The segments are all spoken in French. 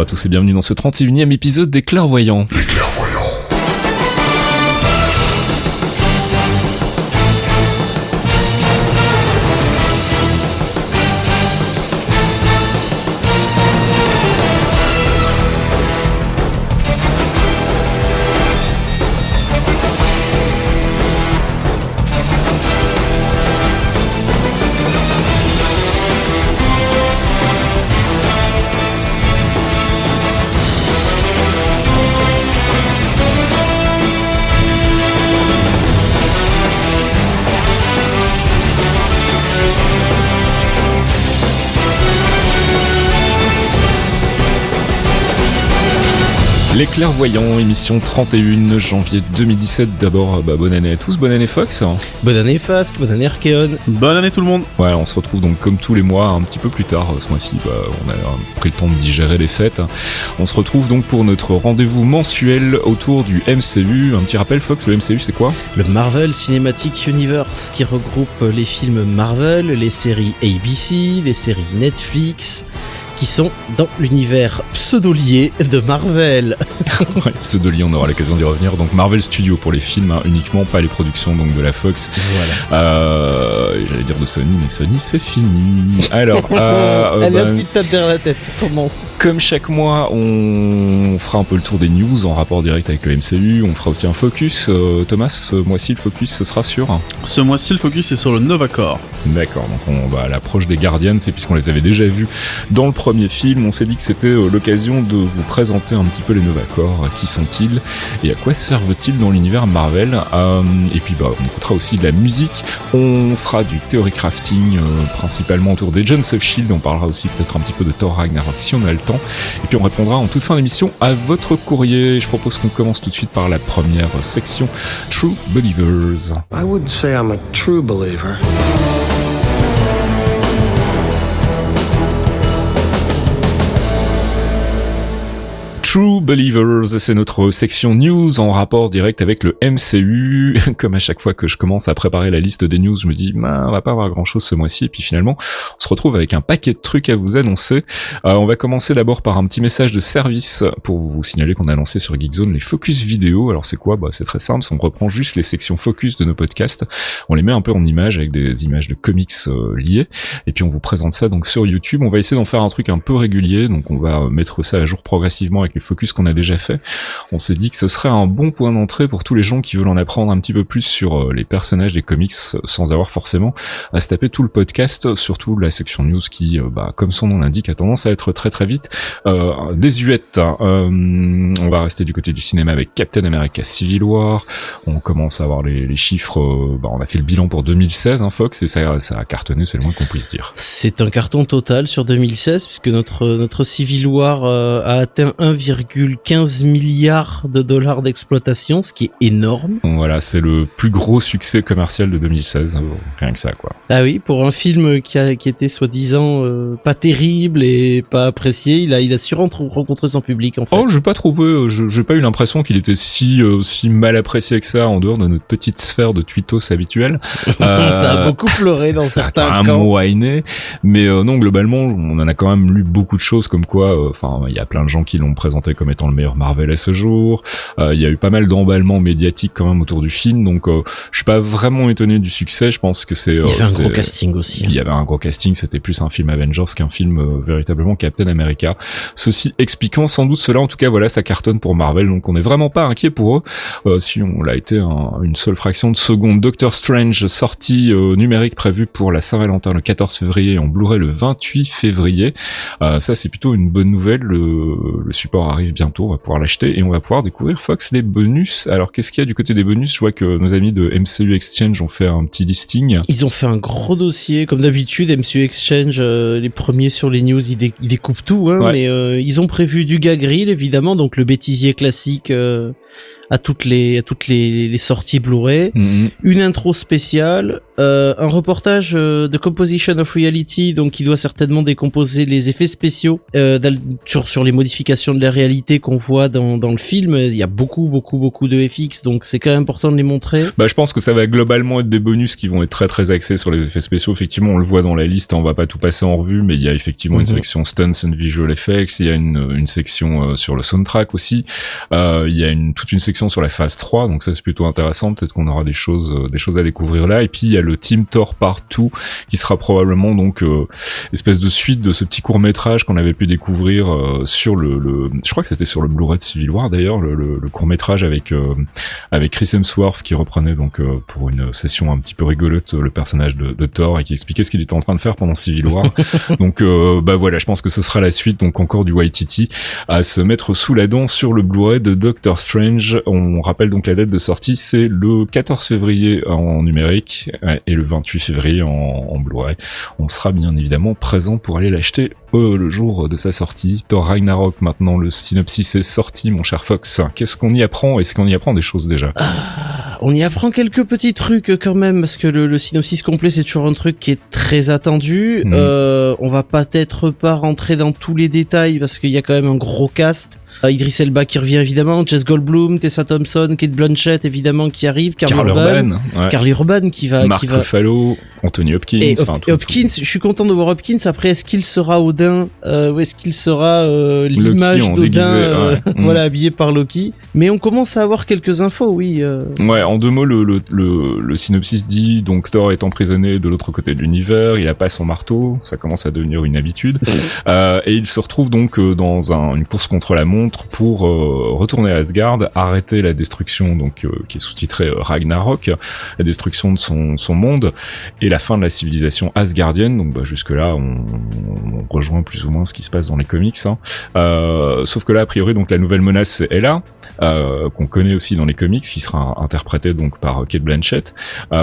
à tous et bienvenue dans ce 31e épisode des Clairvoyants. Les Clairvoyants, émission 31 janvier 2017. D'abord, bonne année à tous, bonne année Fox. Bonne année Fasque, bonne année Archeon. Bonne année tout le monde. Ouais, on se retrouve donc comme tous les mois, un petit peu plus tard. Ce mois-ci, on a pris le temps de digérer les fêtes. On se retrouve donc pour notre rendez-vous mensuel autour du MCU. Un petit rappel Fox, le MCU c'est quoi ? Le Marvel Cinematic Universe qui regroupe les films Marvel, les séries ABC, les séries Netflix, qui sont dans l'univers pseudo-lié de Marvel. Ouais, pseudo-lié, on aura l'occasion d'y revenir. Donc Marvel Studios pour les films, uniquement, pas les productions donc de la Fox. Voilà. J'allais dire de Sony, mais Sony c'est fini. Alors, allez, un petit tape derrière la tête, ça commence. Comme chaque mois, on fera un peu le tour des news en rapport direct avec le MCU. On fera aussi un focus. Thomas, ce mois-ci, le focus, ce sera sur... Ce mois-ci, le focus est sur le Nova Corps. D'accord, donc on va à l'approche des Guardians, et puisqu'on les avait déjà vus dans le premier film, on s'est dit que c'était l'occasion de vous présenter un petit peu les Nova Corps. Qui sont-ils et à quoi servent-ils dans l'univers Marvel, et puis on écoutera aussi de la musique. On fera du theory crafting, principalement autour des Agents of S.H.I.E.L.D. On parlera aussi peut-être un petit peu de Thor Ragnarok si on a le temps, et puis on répondra en toute fin d'émission à votre courrier. Je propose qu'on commence tout de suite par la première section, True Believers. I wouldn't say I'm a true believer. True Believers, c'est notre section news en rapport direct avec le MCU. Comme à chaque fois que je commence à préparer la liste des news, je me dis, on va pas avoir grand chose ce mois-ci, et puis finalement, on se retrouve avec un paquet de trucs à vous annoncer. On va commencer d'abord par un petit message de service pour vous signaler qu'on a lancé sur Geekzone les focus vidéo. Alors c'est quoi ? C'est très simple, on reprend juste les sections focus de nos podcasts, on les met un peu en images avec des images de comics liées, et puis on vous présente ça donc sur YouTube. On va essayer d'en faire un truc un peu régulier, donc on va mettre ça à jour progressivement avec les focus qu'on a déjà fait. On s'est dit que ce serait un bon point d'entrée pour tous les gens qui veulent en apprendre un petit peu plus sur les personnages des comics sans avoir forcément à se taper tout le podcast, surtout la section news qui, comme son nom l'indique, a tendance à être très très vite désuète. On va rester du côté du cinéma avec Captain America Civil War. On commence à avoir les chiffres. On a fait le bilan pour 2016, Fox, et ça a cartonné, c'est le moins qu'on puisse dire. C'est un carton total sur 2016 puisque notre Civil War a atteint 1,15 milliard de dollars d'exploitation, ce qui est énorme. Voilà, c'est le plus gros succès commercial de 2016, rien que ça, quoi. Ah oui, pour un film qui était soi-disant pas terrible et pas apprécié, il a su rencontrer son public, en fait. Oh, j'ai pas trouvé, j'ai pas eu l'impression qu'il était si mal apprécié que ça en dehors de notre petite sphère de tweetos habituelle. Ça a beaucoup pleuré dans certains camps. Ça a moiné, mais non, globalement, on en a quand même lu beaucoup de choses comme quoi, il y a plein de gens qui l'ont présenté comme étant le meilleur Marvel à ce jour. Il y a eu pas mal d'emballements médiatiques quand même autour du film, donc je suis pas vraiment étonné du succès. Je pense que c'est... il y avait un gros casting aussi. Il y avait un gros casting, c'était plus un film Avengers qu'un film véritablement Captain America. Ceci expliquant sans doute cela, en tout cas voilà, ça cartonne pour Marvel, donc on est vraiment pas inquiet pour eux. Si on l'a été une seule fraction de seconde. Doctor Strange, sortie numérique prévue pour la Saint-Valentin le 14 février, en Blu-ray le 28 février. Ça c'est plutôt une bonne nouvelle, le support arrive bientôt, on va pouvoir l'acheter et on va pouvoir découvrir Fox les bonus. Alors qu'est-ce qu'il y a du côté des bonus ? Je vois que nos amis de MCU Exchange ont fait un petit listing. Ils ont fait un gros dossier, comme d'habitude. MCU Exchange, les premiers sur les news, ils découpent tout, ouais. Mais ils ont prévu du gag reel évidemment, donc le bêtisier classique à toutes les sorties Blu-ray, une intro spéciale, un reportage de Composition of Reality, donc qui doit certainement décomposer les effets spéciaux sur les modifications de la réalité qu'on voit dans le film. Il y a beaucoup de FX, donc c'est quand même important de les montrer. Bah, je pense que ça va globalement être des bonus qui vont être très très axés sur les effets spéciaux. Effectivement, on le voit dans la liste, on va pas tout passer en revue, mais il y a effectivement une section stunts and visual effects, il y a une section sur le soundtrack aussi, il y a toute une section sur la phase 3, donc ça c'est plutôt intéressant, peut-être qu'on aura des choses à découvrir là. Et puis il y a le Team Thor Part 2 qui sera probablement donc espèce de suite de ce petit court-métrage qu'on avait pu découvrir sur je crois que c'était sur le Blu-ray de Civil War d'ailleurs, le court-métrage avec Chris Hemsworth qui reprenait donc pour une session un petit peu rigolote le personnage de Thor et qui expliquait ce qu'il était en train de faire pendant Civil War. Donc bah voilà, je pense que ce sera la suite, donc encore du Waititi à se mettre sous la dent sur le Blu-ray de Doctor Strange. On rappelle donc la date de sortie, c'est le 14 février en numérique et le 28 février en Blu-ray. On sera bien évidemment présent pour aller l'acheter le jour de sa sortie. Thor Ragnarok, maintenant le synopsis est sorti, mon cher Fox. Qu'est-ce qu'on y apprend? Est-ce qu'on y apprend des choses déjà? On y apprend quelques petits trucs quand même, parce que le synopsis complet c'est toujours un truc qui est très attendu. On va peut-être pas rentrer dans tous les détails parce qu'il y a quand même un gros cast. Idris Elba qui revient évidemment, Jess Goldblum, Tessa Thompson, Kate Blanchett évidemment qui arrive, Karl Urban, ouais. Karl Urban qui va, Mark Ruffalo, Anthony Hopkins. Et Hopkins, je suis content de voir Hopkins. Après, est-ce qu'il sera Odin, ou est-ce qu'il sera l'image d'Odin, voilà, habillé par Loki? Mais on commence à avoir quelques infos, oui. Ouais, en deux mots, le synopsis dit donc Thor est emprisonné de l'autre côté de l'univers, il a pas son marteau, ça commence à devenir une habitude, et il se retrouve donc dans une course contre la montre pour retourner à Asgard, arrêter la destruction donc qui est sous-titrée Ragnarok, la destruction de son monde et la fin de la civilisation asgardienne. Donc bah, jusque là on rejoint plus ou moins ce qui se passe dans les comics, hein. Sauf que là a priori donc la nouvelle menace c'est Hela, qu'on connaît aussi dans les comics, qui sera interprétée donc par Kate Blanchett,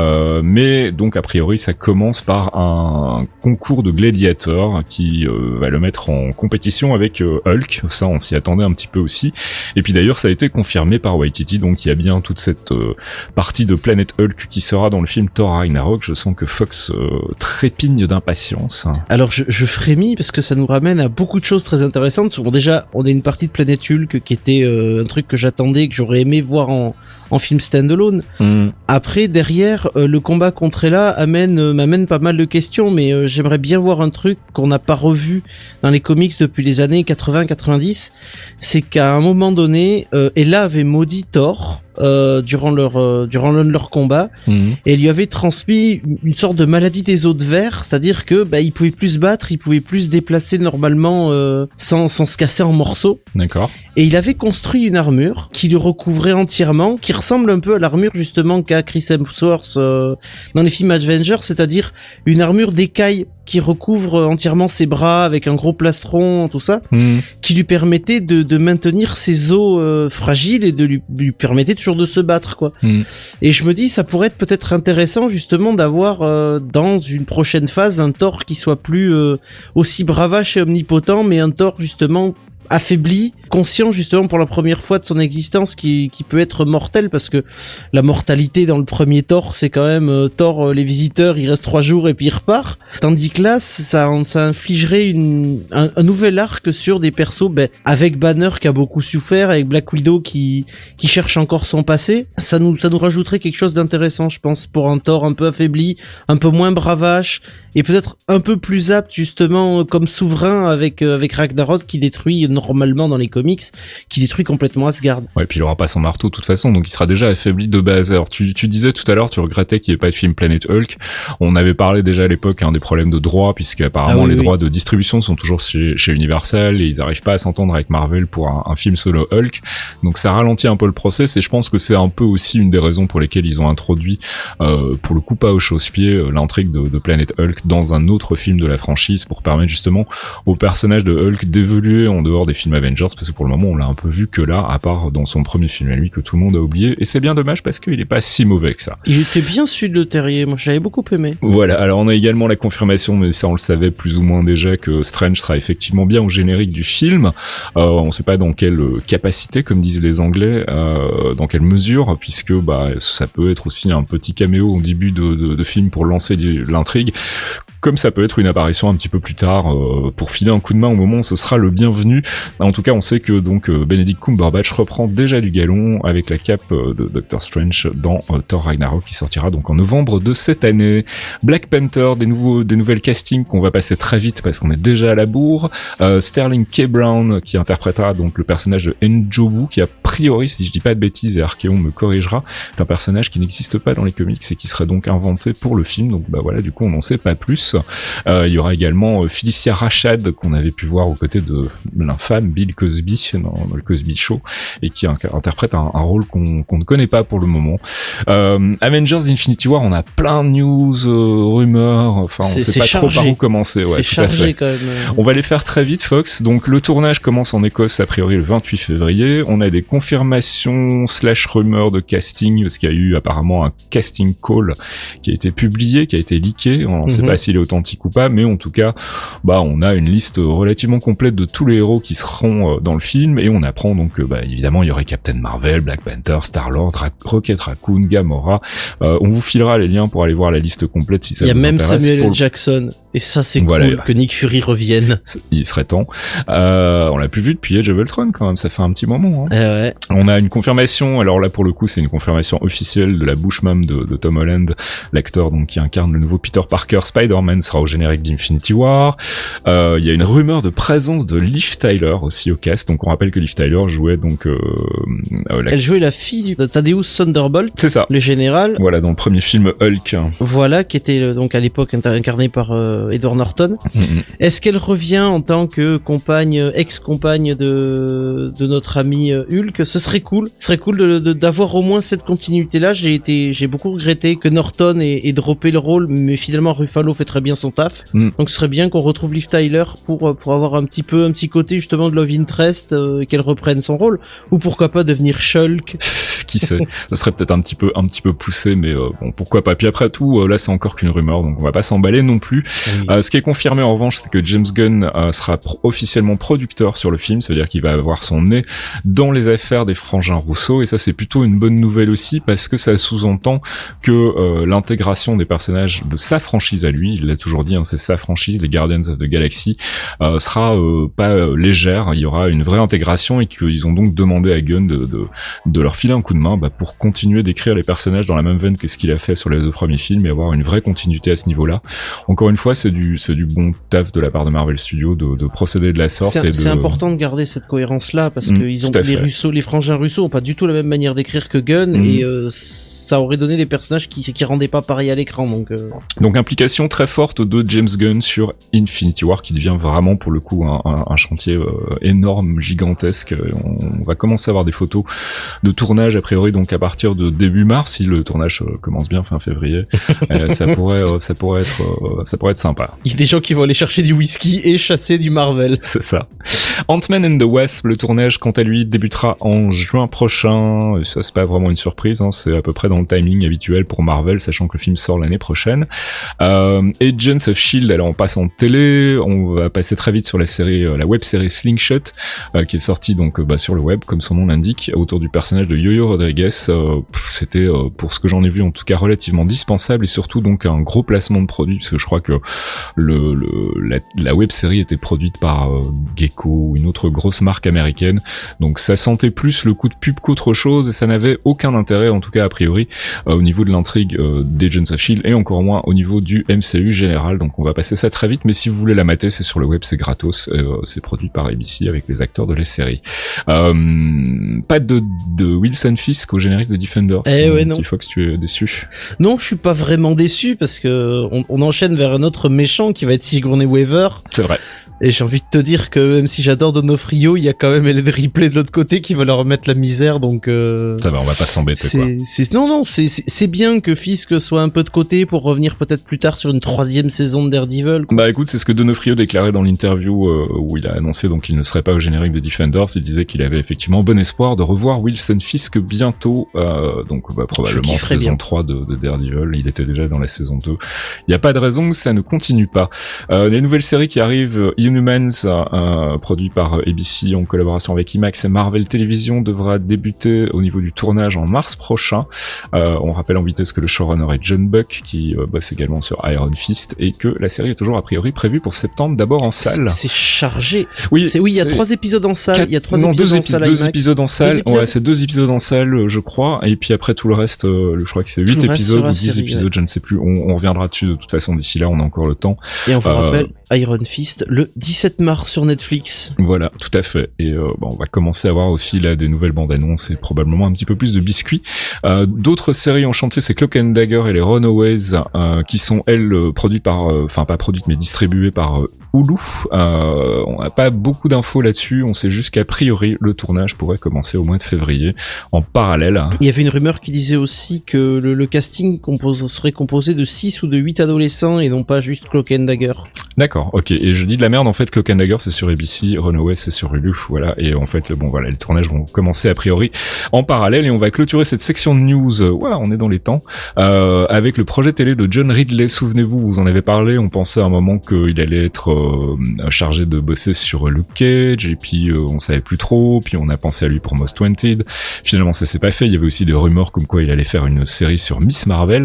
mais donc a priori ça commence par un concours de gladiateurs qui va le mettre en compétition avec Hulk. Ça on s'y attendait un petit peu aussi, et puis d'ailleurs ça a été confirmé par Waititi, donc il y a bien toute cette partie de Planet Hulk qui sera dans le film Thor Ragnarok. Je sens que Fox trépigne d'impatience. Alors je frémis parce que ça nous ramène à beaucoup de choses très intéressantes. Bon, déjà on a une partie de Planet Hulk qui était un truc que j'attendais, que j'aurais aimé voir en film standalone. Après, derrière, le combat contre Hela m'amène pas mal de questions, mais j'aimerais bien voir un truc qu'on n'a pas revu dans les comics depuis les années 80-90. C'est qu'à un moment donné, Hela avait maudit Thor durant l'un de leurs combats, et lui avait transmis une sorte de maladie des os de verre, c'est-à-dire que il pouvait plus se battre, il pouvait plus se déplacer normalement sans se casser en morceaux. D'accord. Et il avait construit une armure qui le recouvrait entièrement, qui ressemble un peu à l'armure justement qu'a Chris Hemsworth dans les films Avengers, c'est-à-dire une armure d'écaille qui recouvre entièrement ses bras avec un gros plastron, tout ça, qui lui permettait de maintenir ses os fragiles et de lui permettait toujours de se battre, quoi. Et je me dis, ça pourrait être peut-être intéressant justement d'avoir dans une prochaine phase un Thor qui soit plus aussi bravache et omnipotent, mais un Thor justement affaibli, conscient justement pour la première fois de son existence qui peut être mortel, parce que la mortalité dans le premier Thor c'est quand même Thor les visiteurs, il reste 3 jours et puis il repart, tandis que là ça infligerait un nouvel arc sur des persos avec Banner qui a beaucoup souffert, avec Black Widow qui cherche encore son passé. Ça nous rajouterait quelque chose d'intéressant, je pense, pour un Thor un peu affaibli, un peu moins bravache et peut-être un peu plus apte justement comme souverain avec Ragnarok qui détruit normalement dans les comics, qui détruit complètement Asgard. Ouais, puis il aura pas son marteau de toute façon, donc il sera déjà affaibli de base. Alors tu disais tout à l'heure, tu regrettais qu'il n'y ait pas de film Planet Hulk. On avait parlé déjà à l'époque des problèmes de droits, puisqu'apparemment les droits de distribution sont toujours chez Universal et ils arrivent pas à s'entendre avec Marvel pour un film solo Hulk. Donc ça ralentit un peu le process, et je pense que c'est un peu aussi une des raisons pour lesquelles ils ont introduit, pour le coup pas au chausse-pied, l'intrigue de Planet Hulk dans un autre film de la franchise, pour permettre justement au personnage de Hulk d'évoluer en dehors des films Avengers, parce que pour le moment on l'a un peu vu que là, à part dans son premier film à lui que tout le monde a oublié, et c'est bien dommage parce qu'il est pas si mauvais que ça. Il était bien celui de Le Terrier, moi j'avais beaucoup aimé. Voilà, alors on a également la confirmation, mais ça on le savait plus ou moins déjà, que Strange sera effectivement bien au générique du film. On sait pas dans quelle capacité, comme disent les Anglais, dans quelle mesure, puisque ça peut être aussi un petit caméo au début de film pour lancer l'intrigue, comme ça peut être une apparition un petit peu plus tard pour filer un coup de main au moment où ce sera le bienvenu. En tout cas, on sait que donc Benedict Cumberbatch reprend déjà du galon avec la cape de Doctor Strange dans Thor Ragnarok, qui sortira donc en novembre de cette année. Black Panther, des nouvelles castings qu'on va passer très vite parce qu'on est déjà à la bourre. Sterling K. Brown qui interprétera donc le personnage de N'Jobu, qui a priori, si je dis pas de bêtises et Archeon me corrigera, est un personnage qui n'existe pas dans les comics et qui serait donc inventé pour le film. Donc voilà, du coup on n'en sait pas plus. Il y aura également Felicia Rashad qu'on avait pu voir aux côtés de l'infâme Bill Cosby dans le Cosby Show et qui interprète un rôle qu'on ne connaît pas pour le moment. Avengers Infinity War, on a plein de news, rumeurs, enfin on sait pas chargé. trop par où commencer. Ouais, c'est chargé quand même. On va les faire très vite, Fox. Donc le tournage commence en Écosse a priori le 28 février. On a des confirmations / rumeurs de casting parce qu'il y a eu apparemment un casting call qui a été publié, qui a été leaké. On ne sait pas s'il est authentique ou pas, mais en tout cas, on a une liste relativement complète de tous les héros qui seront dans le film, et on apprend donc que évidemment il y aurait Captain Marvel, Black Panther, Star-Lord, Rocket Raccoon, Gamora. On vous filera les liens pour aller voir la liste complète si ça vous intéresse. Il y a même Samuel L. Jackson, et ça c'est cool que Nick Fury revienne. Il serait temps. On l'a plus vu depuis Age of Ultron quand même, ça fait un petit moment. Ouais. On a une confirmation, alors là pour le coup c'est une confirmation officielle de la bouche même de Tom Holland, l'acteur donc qui incarne le nouveau Peter Parker. Spider-Man sera au générique d'Infinity War. Il y a une rumeur de présence de Liv Tyler aussi au cast. Donc on rappelle que Liv Tyler jouait donc elle jouait la fille de Thaddeus Thunderbolt. C'est ça. Le général. Voilà, dans le premier film Hulk. Voilà, qui était donc à l'époque incarné par Edward Norton. Est-ce qu'elle revient en tant que ex-compagne de notre ami Hulk? Ce serait cool. Ce serait cool d'avoir au moins cette continuité-là. J'ai beaucoup regretté que Norton ait droppé le rôle, mais finalement Ruffalo fait très bien son taf. Donc ce serait bien qu'on retrouve Liv Tyler pour avoir un petit côté justement de Love Interest, qu'elle reprenne son rôle, ou pourquoi pas devenir Shulk. Qui sait, ça serait peut-être un petit peu poussé, mais bon, pourquoi pas. Puis après tout, là c'est encore qu'une rumeur, donc on va pas s'emballer non plus. Oui. Ce qui est confirmé en revanche, c'est que James Gunn sera officiellement producteur sur le film, c'est-à-dire qu'il va avoir son nez dans les affaires des frangins Rousseau, et ça c'est plutôt une bonne nouvelle aussi, parce que ça sous-entend que l'intégration des personnages de sa franchise à lui, il l'a toujours dit, c'est sa franchise, les Guardians of the Galaxy, sera pas légère. Il y aura une vraie intégration, et qu'ils ont donc demandé à Gunn de leur filer un coup de main pour continuer d'écrire les personnages dans la même veine que ce qu'il a fait sur les deux premiers films, et avoir une vraie continuité à ce niveau-là. Encore une fois, c'est du bon taf de la part de Marvel Studios de procéder de la sorte. C'est important de garder cette cohérence-là, parce que ils ont les frangins Russo ont pas du tout la même manière d'écrire que Gunn, et ça aurait donné des personnages qui rendaient pas pareil à l'écran. Donc implication très forte de James Gunn sur Infinity War, qui devient vraiment pour le coup un chantier énorme, gigantesque. On va commencer à avoir des photos de tournage a priori donc à partir de début mars, si le tournage commence bien fin février. ça pourrait être sympa. Il y a des gens qui vont aller chercher du whisky et chasser du Marvel. C'est ça. Ant-Man and the Wasp, le tournage quant à lui débutera en juin prochain. Ça c'est pas vraiment une surprise, c'est à peu près dans le timing habituel pour Marvel, sachant que le film sort l'année prochaine. Agents of Shield, alors on passe en télé, on va passer très vite sur la web série Slingshot, qui est sortie donc sur le web comme son nom l'indique, autour du personnage de Yo-Yo Rodriguez. C'était pour ce que j'en ai vu en tout cas relativement dispensable, et surtout donc un gros placement de produit, parce que je crois que la web série était produite par Gecko ou une autre grosse marque américaine, donc ça sentait plus le coup de pub qu'autre chose, et ça n'avait aucun intérêt en tout cas a priori au niveau de l'intrigue d'Agents of Shield, et encore moins au niveau du MCU général. Donc on va passer ça très vite, mais si vous voulez la mater, c'est sur le web, c'est gratos, c'est produit par ABC avec les acteurs de la série. Pas de Wilson Fisk au générique des Defenders. Non. Petit Fox, tu es déçu? Non, je suis pas vraiment déçu, parce que on enchaîne vers un autre méchant qui va être Sigourney Weaver. C'est vrai. Et j'ai envie de te dire que même si j'adore Donofrio, il y a quand même Ellen Ripley de l'autre côté qui va leur mettre la misère, donc Ça va, on va pas s'embêter, quoi. Non, c'est bien que Fisk soit un peu de côté pour revenir peut-être plus tard sur une 3e saison de Daredevil, quoi. Bah écoute, c'est ce que Donofrio déclarait dans l'interview où il a annoncé donc qu'il ne serait pas au générique des Defenders. Il disait qu'il avait effectivement bon espoir de revoir Wilson Fisk bientôt, donc probablement saison bien. 3 de Daredevil. Il était déjà dans la saison 2. Il n'y a pas de raison que ça ne continue pas. Les nouvelles séries qui arrivent, Inhumans, produit par ABC en collaboration avec IMAX et Marvel Television, devra débuter au niveau du tournage en mars prochain. On rappelle en vitesse que le showrunner est John Buck, qui bosse également sur Iron Fist, et que la série est toujours a priori prévue pour septembre, d'abord en salle. C'est chargé. Oui, il y a 3 épisodes en salle. Il y a 3 épisodes en salle. 2 épisodes en salle. Ouais, c'est 2 épisodes en salle, je crois. Et puis après tout le reste, je crois que c'est 8 épisodes ou 10 épisodes, je ne sais plus. On reviendra dessus de toute façon d'ici là, on a encore le temps. Et on vous rappelle Iron Fist le 17 mars sur Netflix. Voilà, tout à fait. Et on va commencer à voir aussi là des nouvelles bandes annonces et probablement un petit peu plus de biscuits. D'autres séries en chantier, c'est Cloak and Dagger et les Runaways, qui sont elles produites par, enfin pas produites mais distribuées par Hulu. On n'a pas beaucoup d'infos là-dessus. On sait juste qu'a priori le tournage pourrait commencer au mois de février en parallèle. Il y avait une rumeur qui disait aussi que le casting serait composé de 6 ou de 8 adolescents et non pas juste Cloak and Dagger. D'accord, ok. Et je dis de la merde, en fait, Cloak and Dagger c'est sur ABC, Runaways c'est sur Hulu, voilà. Et en fait, les tournages vont commencer a priori en parallèle et on va clôturer cette section de news. Voilà, on est dans les temps. Avec le projet télé de John Ridley, souvenez-vous, vous en avez parlé. On pensait à un moment qu'il allait être chargé de bosser sur Luke Cage et puis on savait plus trop. Puis on a pensé à lui pour Most Wanted. Finalement, ça s'est pas fait. Il y avait aussi des rumeurs comme quoi il allait faire une série sur Miss Marvel.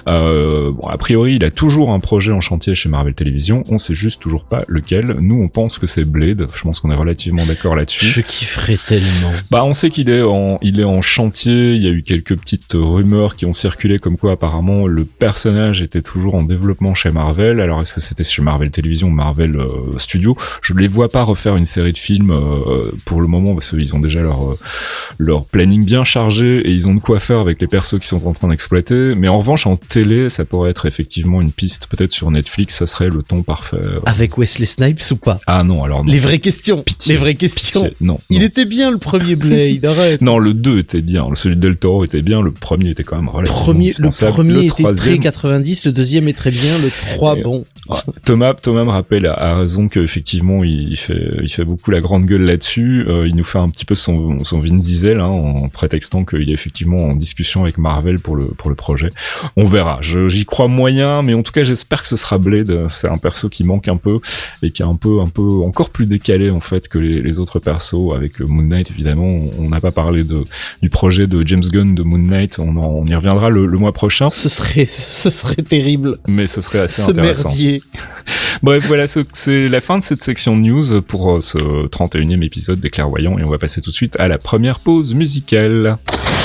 A priori, il a toujours un projet en chantier chez Marvel Television. On sait juste toujours pas lequel. Nous, on pense que c'est Blade. Je pense qu'on est relativement d'accord là-dessus. Je kifferais tellement. Bah, on sait qu'il est en chantier. Il y a eu quelques petites rumeurs qui ont circulé comme quoi apparemment le personnage était toujours en développement chez Marvel. Alors, est-ce que c'était chez Marvel Television ou Marvel Studio? Je les vois pas refaire une série de films pour le moment parce qu'ils ont déjà leur planning bien chargé et ils ont de quoi faire avec les persos qu'ils sont en train d'exploiter. Mais en revanche, en télé, ça pourrait être effectivement une piste. Peut-être sur Netflix, ça serait le ton parfait. Avec Wesley Snipes ou pas? Ah non, alors non. Les vraies questions. Pitié, les vraies questions. Pitié. Non. Il était bien le premier Blade, arrête. Non, le 2 était bien. Celui de Del Toro était bien. Le premier était quand même relativement Le premier était très 90, le deuxième est très bien, le 3 bon. Thomas me rappelle à raison qu'effectivement il fait beaucoup la grande gueule là-dessus. Il nous fait un petit peu son Vin Diesel en prétextant qu'il est effectivement en discussion avec Marvel pour le projet. On verra. J'y crois moyen, mais en tout cas j'espère que ce sera Blade. C'est un perso qui manque un peu et qui est un peu encore plus décalé en fait que les autres persos. Avec Moon Knight évidemment, on n'a pas parlé du projet de James Gunn de Moon Knight. On y reviendra le mois prochain. Ce serait terrible. Mais ce serait assez intéressant. Merdier. Bref, voilà, c'est la fin de cette section news pour ce 31e épisode des Clairvoyants et on va passer tout de suite à la première pause musicale.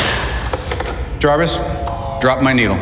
Jarvis, drop my needle.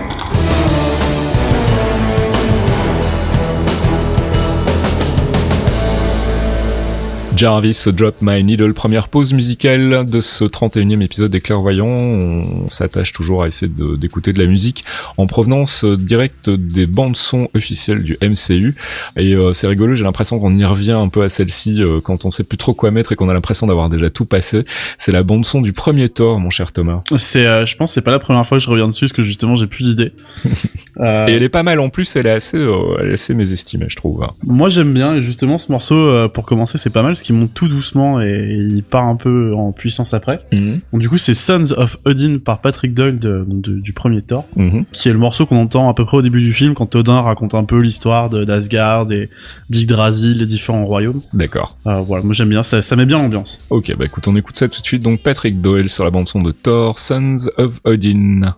Jarvis, Drop My Needle, première pause musicale de ce 31e épisode des Clairvoyants. On s'attache toujours à essayer d'écouter de la musique en provenance directe des bandes-sons officielles du MCU. Et c'est rigolo, j'ai l'impression qu'on y revient un peu à celle-ci quand on sait plus trop quoi mettre et qu'on a l'impression d'avoir déjà tout passé. C'est la bande-son du premier Thor, mon cher Thomas. Je pense que c'est pas la première fois que je reviens dessus parce que justement j'ai plus d'idées. Et elle est pas mal en plus, elle est assez mésestimée, je trouve. Moi j'aime bien et justement ce morceau pour commencer c'est pas mal parce qu'il monte tout doucement et il part un peu en puissance après. Donc du coup c'est Sons of Odin par Patrick Doyle du premier Thor, qui est le morceau qu'on entend à peu près au début du film quand Odin raconte un peu l'histoire d'Asgard et d'Yggdrasil, les différents royaumes. D'accord. Voilà, moi j'aime bien, ça met bien l'ambiance. Ok, bah écoute, on écoute ça tout de suite. Donc Patrick Doyle sur la bande son de Thor, Sons of Odin.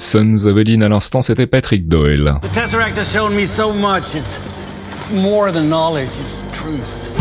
Sons of Odin à l'instant, c'était Patrick Doyle. The Tesseract has shown me so much. It's more than knowledge, it's truth.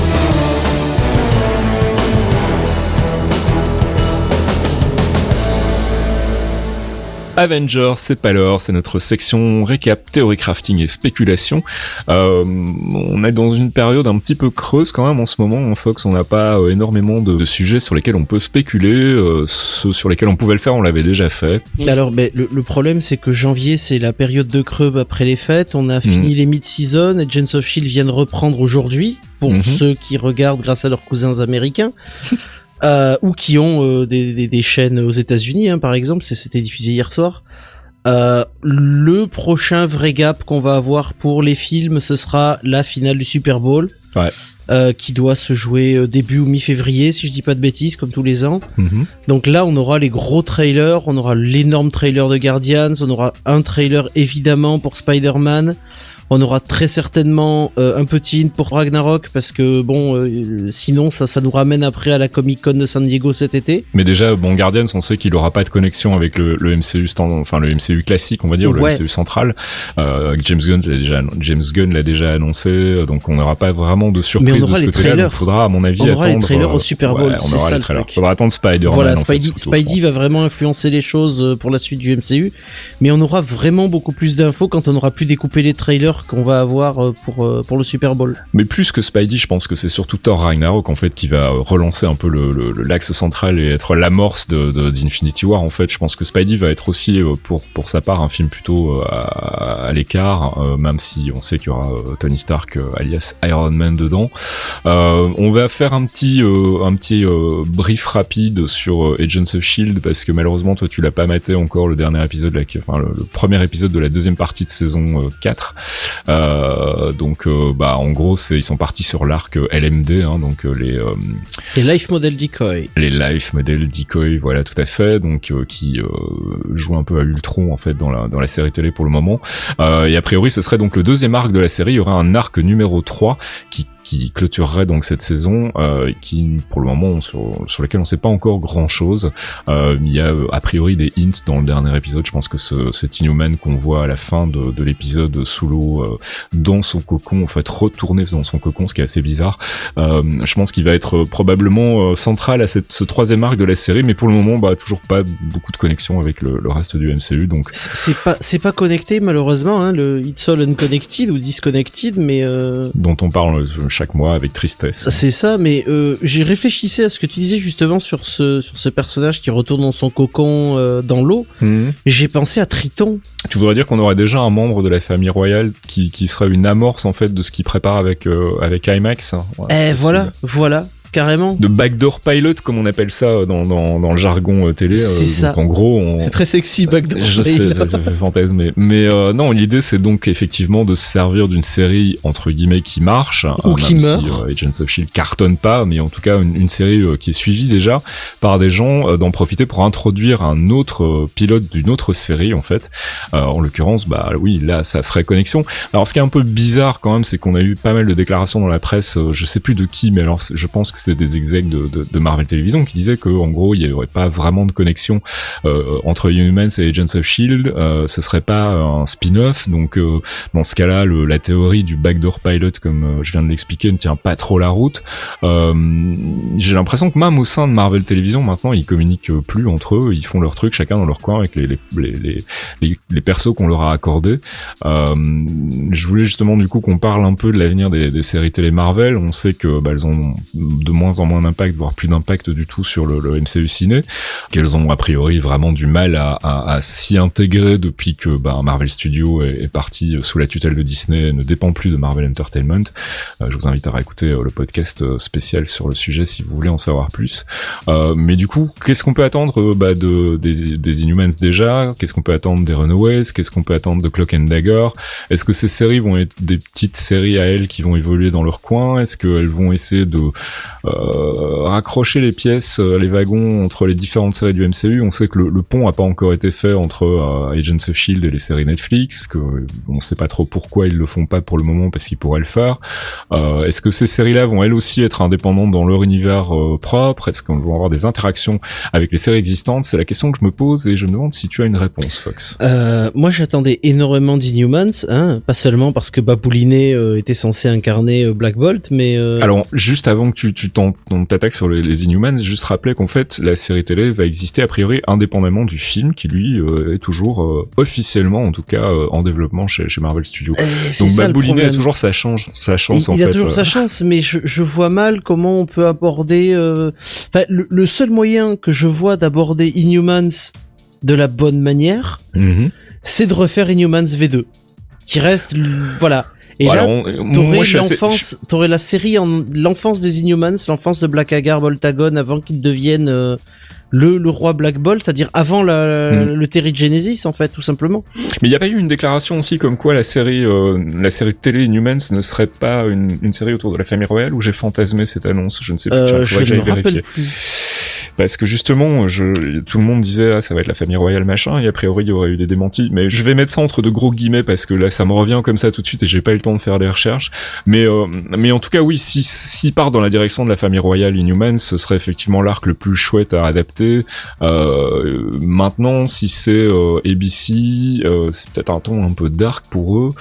Avengers, c'est pas l'heure, c'est notre section récap, théorie crafting et spéculation. On est dans une période un petit peu creuse quand même en ce moment en Fox, on n'a pas énormément de sujets sur lesquels on peut spéculer, ceux sur lesquels on pouvait le faire, on l'avait déjà fait. Alors, le problème c'est que janvier c'est la période de creux après les fêtes, on a fini les mid-season, Agents of S.H.I.E.L.D. vient de reprendre aujourd'hui, pour ceux qui regardent grâce à leurs cousins américains. Ou qui ont des chaînes aux États-Unis, hein, par exemple, c'était diffusé hier soir. Le prochain vrai gap qu'on va avoir pour les films, ce sera la finale du Super Bowl, qui doit se jouer début ou mi-février, si je dis pas de bêtises, comme tous les ans. Donc là, on aura les gros trailers, on aura l'énorme trailer de Guardians, on aura un trailer évidemment pour Spider-Man. On aura très certainement un petit hint pour Ragnarok parce que sinon ça nous ramène après à la Comic-Con de San Diego cet été. Mais déjà Guardians, on sait qu'il aura pas de connexion avec le MCU le MCU classique, on va dire, le MCU central. James Gunn l'a déjà annoncé, donc on n'aura pas vraiment de surprise de ce côté-là. Donc faudra à mon avis attendre. On aura les trailers au Super Bowl, c'est ça le truc. Faudra attendre Spider-Man. Voilà, Spidey va vraiment influencer les choses pour la suite du MCU, mais on aura vraiment beaucoup plus d'infos quand on aura pu découper les trailers qu'on va avoir pour le Super Bowl. Mais plus que Spidey, je pense que c'est surtout Thor Ragnarok en fait qui va relancer un peu l'axe central et être l'amorce d'Infinity War en fait. Je pense que Spidey va être aussi pour sa part un film plutôt à l'écart, même si on sait qu'il y aura Tony Stark alias Iron Man dedans. On va faire un petit brief rapide sur Agents of S.H.I.E.L.D. parce que malheureusement toi tu l'as pas maté encore le dernier épisode le premier épisode de la deuxième partie de saison 4. En gros ils sont partis sur l'arc LMD, hein, donc les Life Model Decoy. Les Life Model Decoy, voilà, tout à fait, donc qui jouent un peu à Ultron en fait dans la série télé pour le moment. Et a priori ce serait donc le deuxième arc de la série. Il y aura un arc numéro 3 qui clôturerait donc cette saison, qui pour le moment sur lequel on sait pas encore grand chose. Il y a a priori des hints dans le dernier épisode. Je pense que cet Inhuman qu'on voit à la fin de l'épisode sous l'eau, dans son cocon, en fait retourné dans son cocon, ce qui est assez bizarre. Je pense qu'il va être probablement central à ce troisième arc de la série, mais pour le moment toujours pas beaucoup de connexion avec le reste du MCU. Donc c'est pas connecté malheureusement, hein, le It's All Unconnected ou Disconnected, mais dont on parle chaque mois avec tristesse. C'est ça, mais j'ai réfléchissé à ce que tu disais justement sur ce personnage qui retourne dans son cocon dans l'eau. J'ai pensé à Triton. Tu voudrais dire qu'on aurait déjà un membre de la famille royale qui serait une amorce en fait de ce qu'il prépare avec IMAX. Ouais, voilà. Carrément. De backdoor pilot, comme on appelle ça dans le jargon télé. C'est ça. Donc en gros, c'est très sexy, backdoor je pilot. sais, ça fait fantasme. Mais non, l'idée c'est donc effectivement de se servir d'une série entre guillemets qui marche, ou qui meurt. Si Agents of S.H.I.E.L.D. cartonne pas, mais en tout cas une série qui est suivie déjà par des gens, d'en profiter pour introduire un autre pilote d'une autre série en fait. En l'occurrence, oui, là ça ferait connexion. Alors ce qui est un peu bizarre quand même, c'est qu'on a eu pas mal de déclarations dans la presse, je sais plus de qui, mais alors je pense que c'était des execs de Marvel Television qui disaient que en gros il y aurait pas vraiment de connexion entre Inhumans et Agents of S.H.I.E.L.D. Ce serait pas un spin-off, donc dans ce cas-là la théorie du backdoor pilot comme je viens de l'expliquer ne tient pas trop la route. J'ai l'impression que même au sein de Marvel Television maintenant ils communiquent plus entre eux, ils font leur truc chacun dans leur coin avec les persos qu'on leur a accordés. Je voulais justement du coup qu'on parle un peu de l'avenir des séries télé Marvel. On sait que elles ont de moins en moins d'impact, voire plus d'impact du tout sur le MCU ciné, qu'elles ont a priori vraiment du mal à s'y intégrer depuis que Marvel Studios est parti sous la tutelle de Disney et ne dépend plus de Marvel Entertainment. Je vous invite à réécouter le podcast spécial sur le sujet si vous voulez en savoir plus. Mais du coup, qu'est-ce qu'on peut attendre des Inhumans déjà? Qu'est-ce qu'on peut attendre des Runaways? Qu'est-ce qu'on peut attendre de Cloak and Dagger? Est-ce que ces séries vont être des petites séries à elles qui vont évoluer dans leur coin? Est-ce qu'elles vont essayer de raccrocher les pièces, les wagons entre les différentes séries du MCU. On sait que le pont a pas encore été fait entre Agents of S.H.I.E.L.D. et les séries Netflix, que on sait pas trop pourquoi ils le font pas pour le moment, parce qu'ils pourraient le faire. Est-ce que ces séries-là vont elles aussi être indépendantes dans leur univers propre? Est-ce qu'on va avoir des interactions avec les séries existantes? C'est la question que je me pose et je me demande si tu as une réponse, Fox. Moi j'attendais énormément d'Inhumans, hein, pas seulement parce que Baboulinet était censé incarner Black Bolt, mais alors juste avant que tu t'attaques sur les Inhumans, juste rappeler qu'en fait la série télé va exister a priori indépendamment du film qui lui est toujours officiellement en tout cas en développement chez Marvel Studios. Donc Baboulinet a toujours sa chance il a toujours sa chance, mais je vois mal comment on peut aborder le seul moyen que je vois d'aborder Inhumans de la bonne manière, c'est de refaire Inhumans V2 qui reste voilà. Et là, t'aurais la série l'enfance des Inhumans, l'enfance de Black Hagar, Boltagon avant qu'il devienne le roi Black Bolt, c'est-à-dire avant le Terry Genesis en fait, tout simplement. Mais il y a pas eu une déclaration aussi comme quoi la série télé Inhumans ne serait pas une série autour de la famille royale, ou j'ai fantasmé cette annonce, je ne sais plus, je ne me rappelle plus. Parce que justement, tout le monde disait ça va être la famille royale machin, et a priori il y aurait eu des démentis. Mais je vais mettre ça entre de gros guillemets parce que là ça me revient comme ça tout de suite et j'ai pas eu le temps de faire des recherches. Mais en tout cas oui, si part dans la direction de la famille royale Inhumans, ce serait effectivement l'arc le plus chouette à adapter. Maintenant, si c'est ABC, c'est peut-être un ton un peu dark pour eux.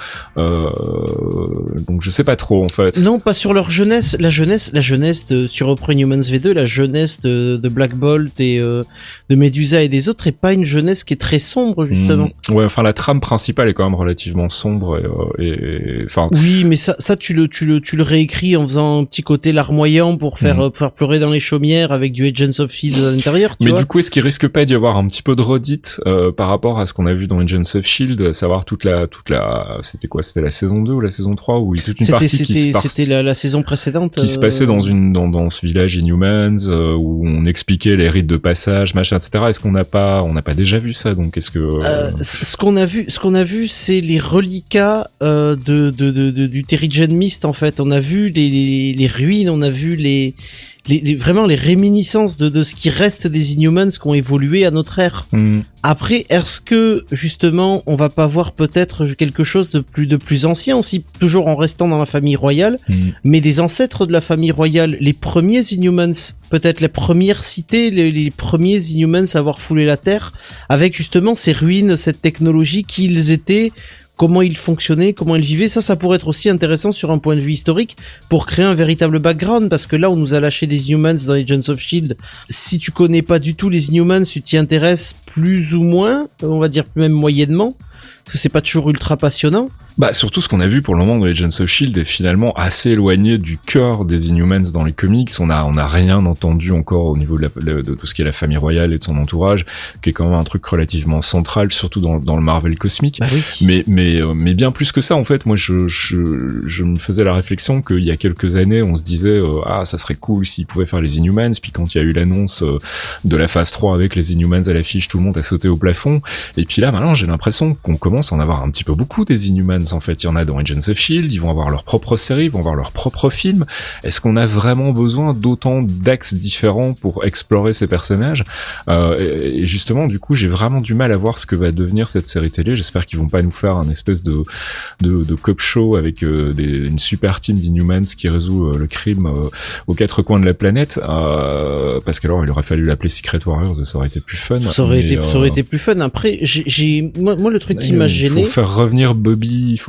Donc je sais pas trop en fait. Non, pas sur leur jeunesse. La jeunesse sur Reprend Inhumans V2, la jeunesse de Black Bolt et de Medusa et des autres est pas une jeunesse qui est très sombre justement. Ouais, enfin la trame principale est quand même relativement sombre et enfin. Oui, mais ça tu le réécris en faisant un petit côté larmoyant pour faire pleurer dans les chaumières avec du Agents of S.H.I.E.L.D. à l'intérieur. Mais du coup, est-ce qu'il risque pas d'y avoir un petit peu de redite par rapport à ce qu'on a vu dans Agents of S.H.I.E.L.D., à savoir toute la c'était quoi, c'était la saison 2 ou la saison 3 où il y a toute une partie c'était la saison précédente qui se passait dans ce village Inhumans où on expliquait les rites de passage, machin, etc. Est-ce qu'on n'a pas déjà vu ça? Donc est-ce que ce qu'on a vu, c'est les reliquats du Terrigen Mist en fait. On a vu les ruines, on a vu vraiment les réminiscences de ce qui reste des Inhumans qui ont évolué à notre ère. Après, est-ce que justement on va pas voir peut-être quelque chose de plus ancien aussi, toujours en restant dans la famille royale, mais des ancêtres de la famille royale, les premiers Inhumans, peut-être les premières cités, les premiers Inhumans à avoir foulé la terre, avec justement ces ruines, cette technologie, qui ils étaient, comment ils fonctionnaient, comment ils vivaient. Ça pourrait être aussi intéressant sur un point de vue historique pour créer un véritable background, parce que là on nous a lâché des Inhumans dans les Agents of S.H.I.E.L.D. Si tu connais pas du tout les Inhumans, tu t'y intéresses plus ou moins, on va dire même moyennement, parce que c'est pas toujours ultra passionnant. Bah, surtout ce qu'on a vu pour le moment dans les Agents of S.H.I.E.L.D. est finalement assez éloigné du cœur des Inhumans dans les comics. On a rien entendu encore au niveau de tout ce qui est la famille royale et de son entourage, qui est quand même un truc relativement central, surtout dans le Marvel cosmique. Bah oui. Mais bien plus que ça, en fait, moi, je me faisais la réflexion qu'il y a quelques années, on se disait, ça serait cool s'ils pouvaient faire les Inhumans, puis quand il y a eu l'annonce de la phase 3 avec les Inhumans à l'affiche, tout le monde a sauté au plafond. Et puis là, maintenant, j'ai l'impression qu'on commence à en avoir un petit peu beaucoup des Inhumans. En fait, il y en a dans Agents of S.H.I.E.L.D., ils vont avoir leur propre série, ils vont avoir leur propre film. Est-ce qu'on a vraiment besoin d'autant d'axes différents pour explorer ces personnages? Et justement, du coup, j'ai vraiment du mal à voir ce que va devenir cette série télé. J'espère qu'ils vont pas nous faire un espèce de cop show avec une super team d'Inhumans qui résout le crime aux quatre coins de la planète, parce qu'alors il aurait fallu l'appeler Secret Warriors et ça aurait été plus fun. Ça aurait été plus fun. Après, moi le truc qui m'a gêné. Il faut faire revenir Bobby.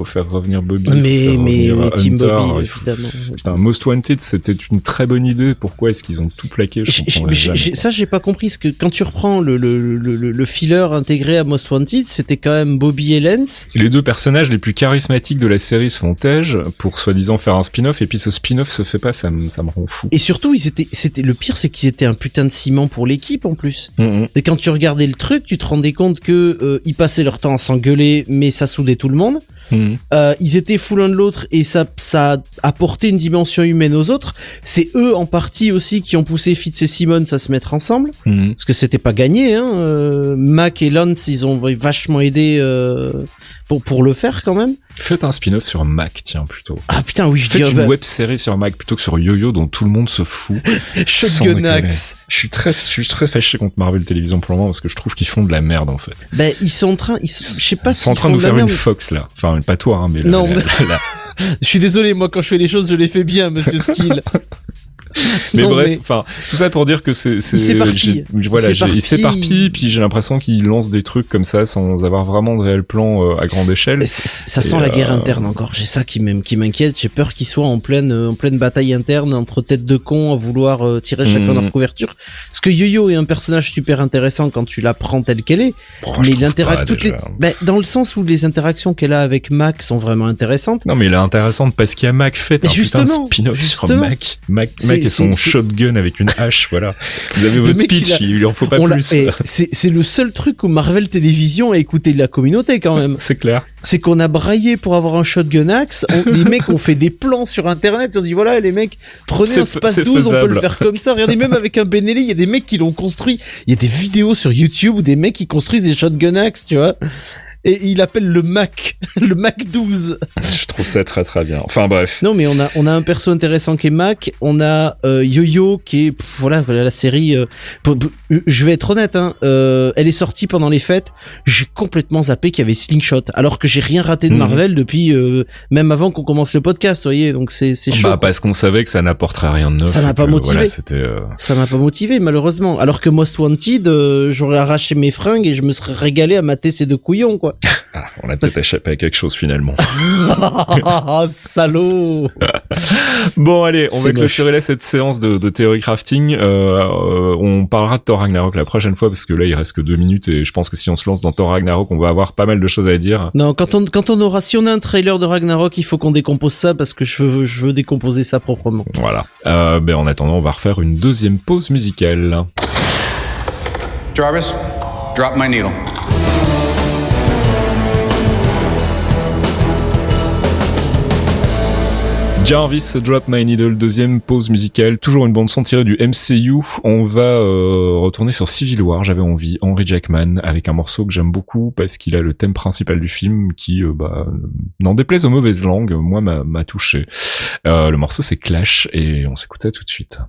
Mais Team Bobby, évidemment. Putain, Most Wanted, c'était une très bonne idée. Pourquoi est-ce qu'ils ont tout plaqué? Ça, j'ai pas compris. Parce que quand tu reprends le filler intégré à Most Wanted, c'était quand même Bobby et Lance. Les deux personnages les plus charismatiques de la série se font tège pour soi-disant faire un spin-off, et puis ce spin-off se fait pas, ça me rend fou. Et surtout, le pire, c'est qu'ils étaient un putain de ciment pour l'équipe, en plus. Et quand tu regardais le truc, tu te rendais compte que ils passaient leur temps à s'engueuler, mais ça soudait tout le monde. Ils étaient fous l'un de l'autre et ça apportait une dimension humaine aux autres. C'est eux en partie aussi qui ont poussé Fitz et Simmons à se mettre ensemble, parce que c'était pas gagné, hein. Mac et Lance, ils ont vachement aidé pour le faire quand même. Faites un spin-off sur Mac, tiens, plutôt. Ah putain, oui, je dis... Faites une web série sur Mac plutôt que sur Yo-Yo dont tout le monde se fout. Shotgun Axe. Je suis très fâché contre Marvel Télévision pour le moment parce que je trouve qu'ils font de la merde, en fait. Ben, ils sont en train, je sais pas si ils sont en train de nous faire une Fox, là. Enfin, pas toi, hein, mais non, je suis désolé, moi, quand je fais les choses, je les fais bien, monsieur Skill. Mais non, bref, enfin, tout ça pour dire que il s'éparpille, puis j'ai l'impression qu'il lance des trucs comme ça sans avoir vraiment de réel plan à grande échelle. Ça sent la guerre interne encore. J'ai ça qui m'inquiète. J'ai peur qu'il soit en pleine bataille interne entre têtes de cons à vouloir tirer chacun leur couverture. Parce que Yo-Yo est un personnage super intéressant quand tu l'apprends tel qu'elle est. Mais il interact dans le sens où les interactions qu'elle a avec Mac sont vraiment intéressantes. Non, mais elle est intéressante parce qu'il y a Mac fait un putain de spin-off sur Mac et son shotgun avec une hache, voilà. Vous avez votre pitch, il lui en faut pas plus. C'est le seul truc où Marvel Télévision a écouté de la communauté quand même. C'est clair. C'est qu'on a braillé pour avoir un shotgun axe. Les mecs ont fait des plans sur internet. Ils ont dit voilà les mecs, prenez un Space 12, on peut le faire comme ça. Regardez, même avec un Benelli, il y a des mecs qui l'ont construit. Il y a des vidéos sur YouTube où des mecs qui construisent des shotgun axe, tu vois. Et il appelle le Mac 12. Je trouve ça très très bien. Enfin bref. Non mais on a un perso intéressant qui est Mac, on a Yo-Yo qui est voilà la série je vais être honnête elle est sortie pendant les fêtes, j'ai complètement zappé qu'il y avait Slingshot alors que j'ai rien raté de Marvel depuis même avant qu'on commence le podcast, vous voyez, donc c'est chaud. Bah parce qu'on savait que ça n'apporterait rien de neuf. Ça m'a pas motivé. Voilà, ça m'a pas motivé malheureusement, alors que Most Wanted j'aurais arraché mes fringues et je me serais régalé à mater ces deux couillons quoi. Ah, on a peut-être échappé à quelque chose finalement. Salaud. Bon allez, on va clôturer là cette séance de théorie crafting. On parlera de Thor Ragnarok la prochaine fois parce que là il reste que 2 minutes et je pense que si on se lance dans Thor Ragnarok, on va avoir pas mal de choses à dire. Non, si on a un trailer de Ragnarok, il faut qu'on décompose ça parce que je veux décomposer ça proprement. Voilà. En attendant, on va refaire une deuxième pause musicale. Jarvis, drop my needle. Jarvis, Drop My Needle, deuxième pause musicale, toujours une bande son tirée du MCU. On va retourner sur Civil War, j'avais envie, Henry Jackman, avec un morceau que j'aime beaucoup parce qu'il a le thème principal du film qui, n'en déplaise aux mauvaises langues, moi m'a touché. Le morceau c'est Clash et on s'écoute ça tout de suite.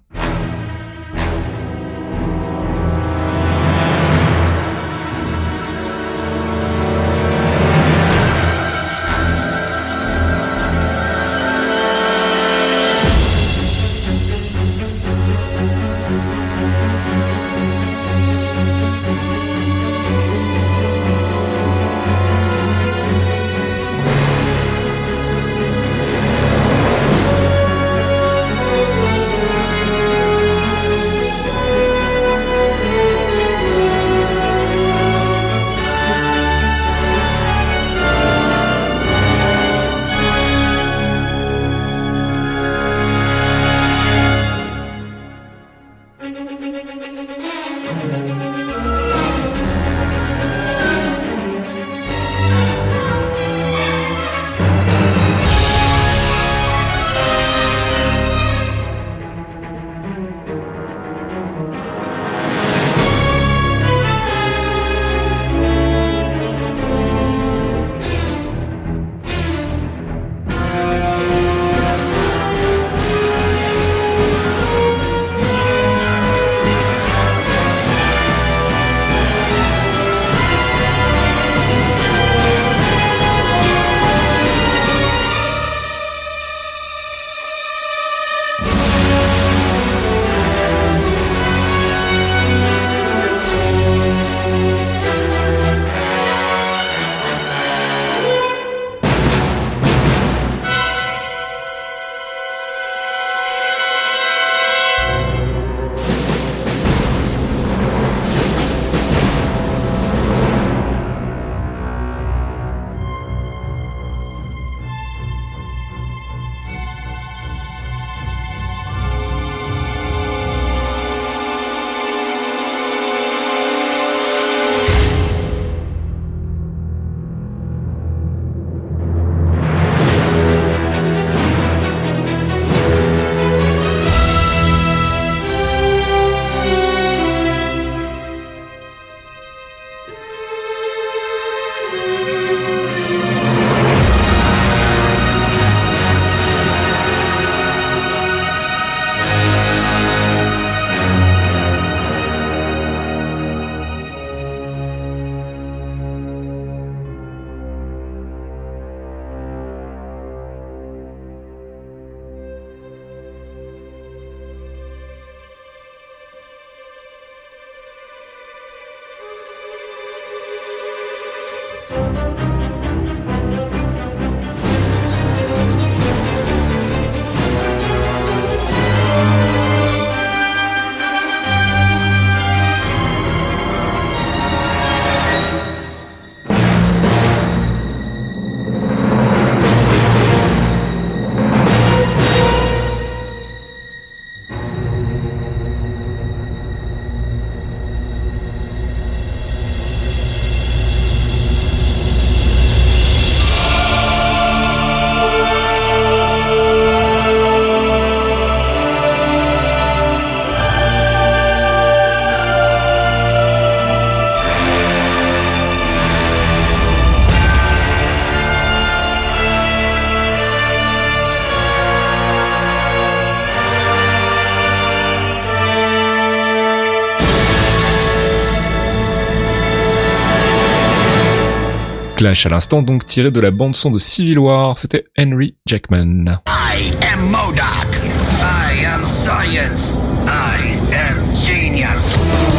Clash à l'instant, donc tiré de la bande-son de Civil War, c'était Henry Jackman. I am MODOK. I am science. I am genius.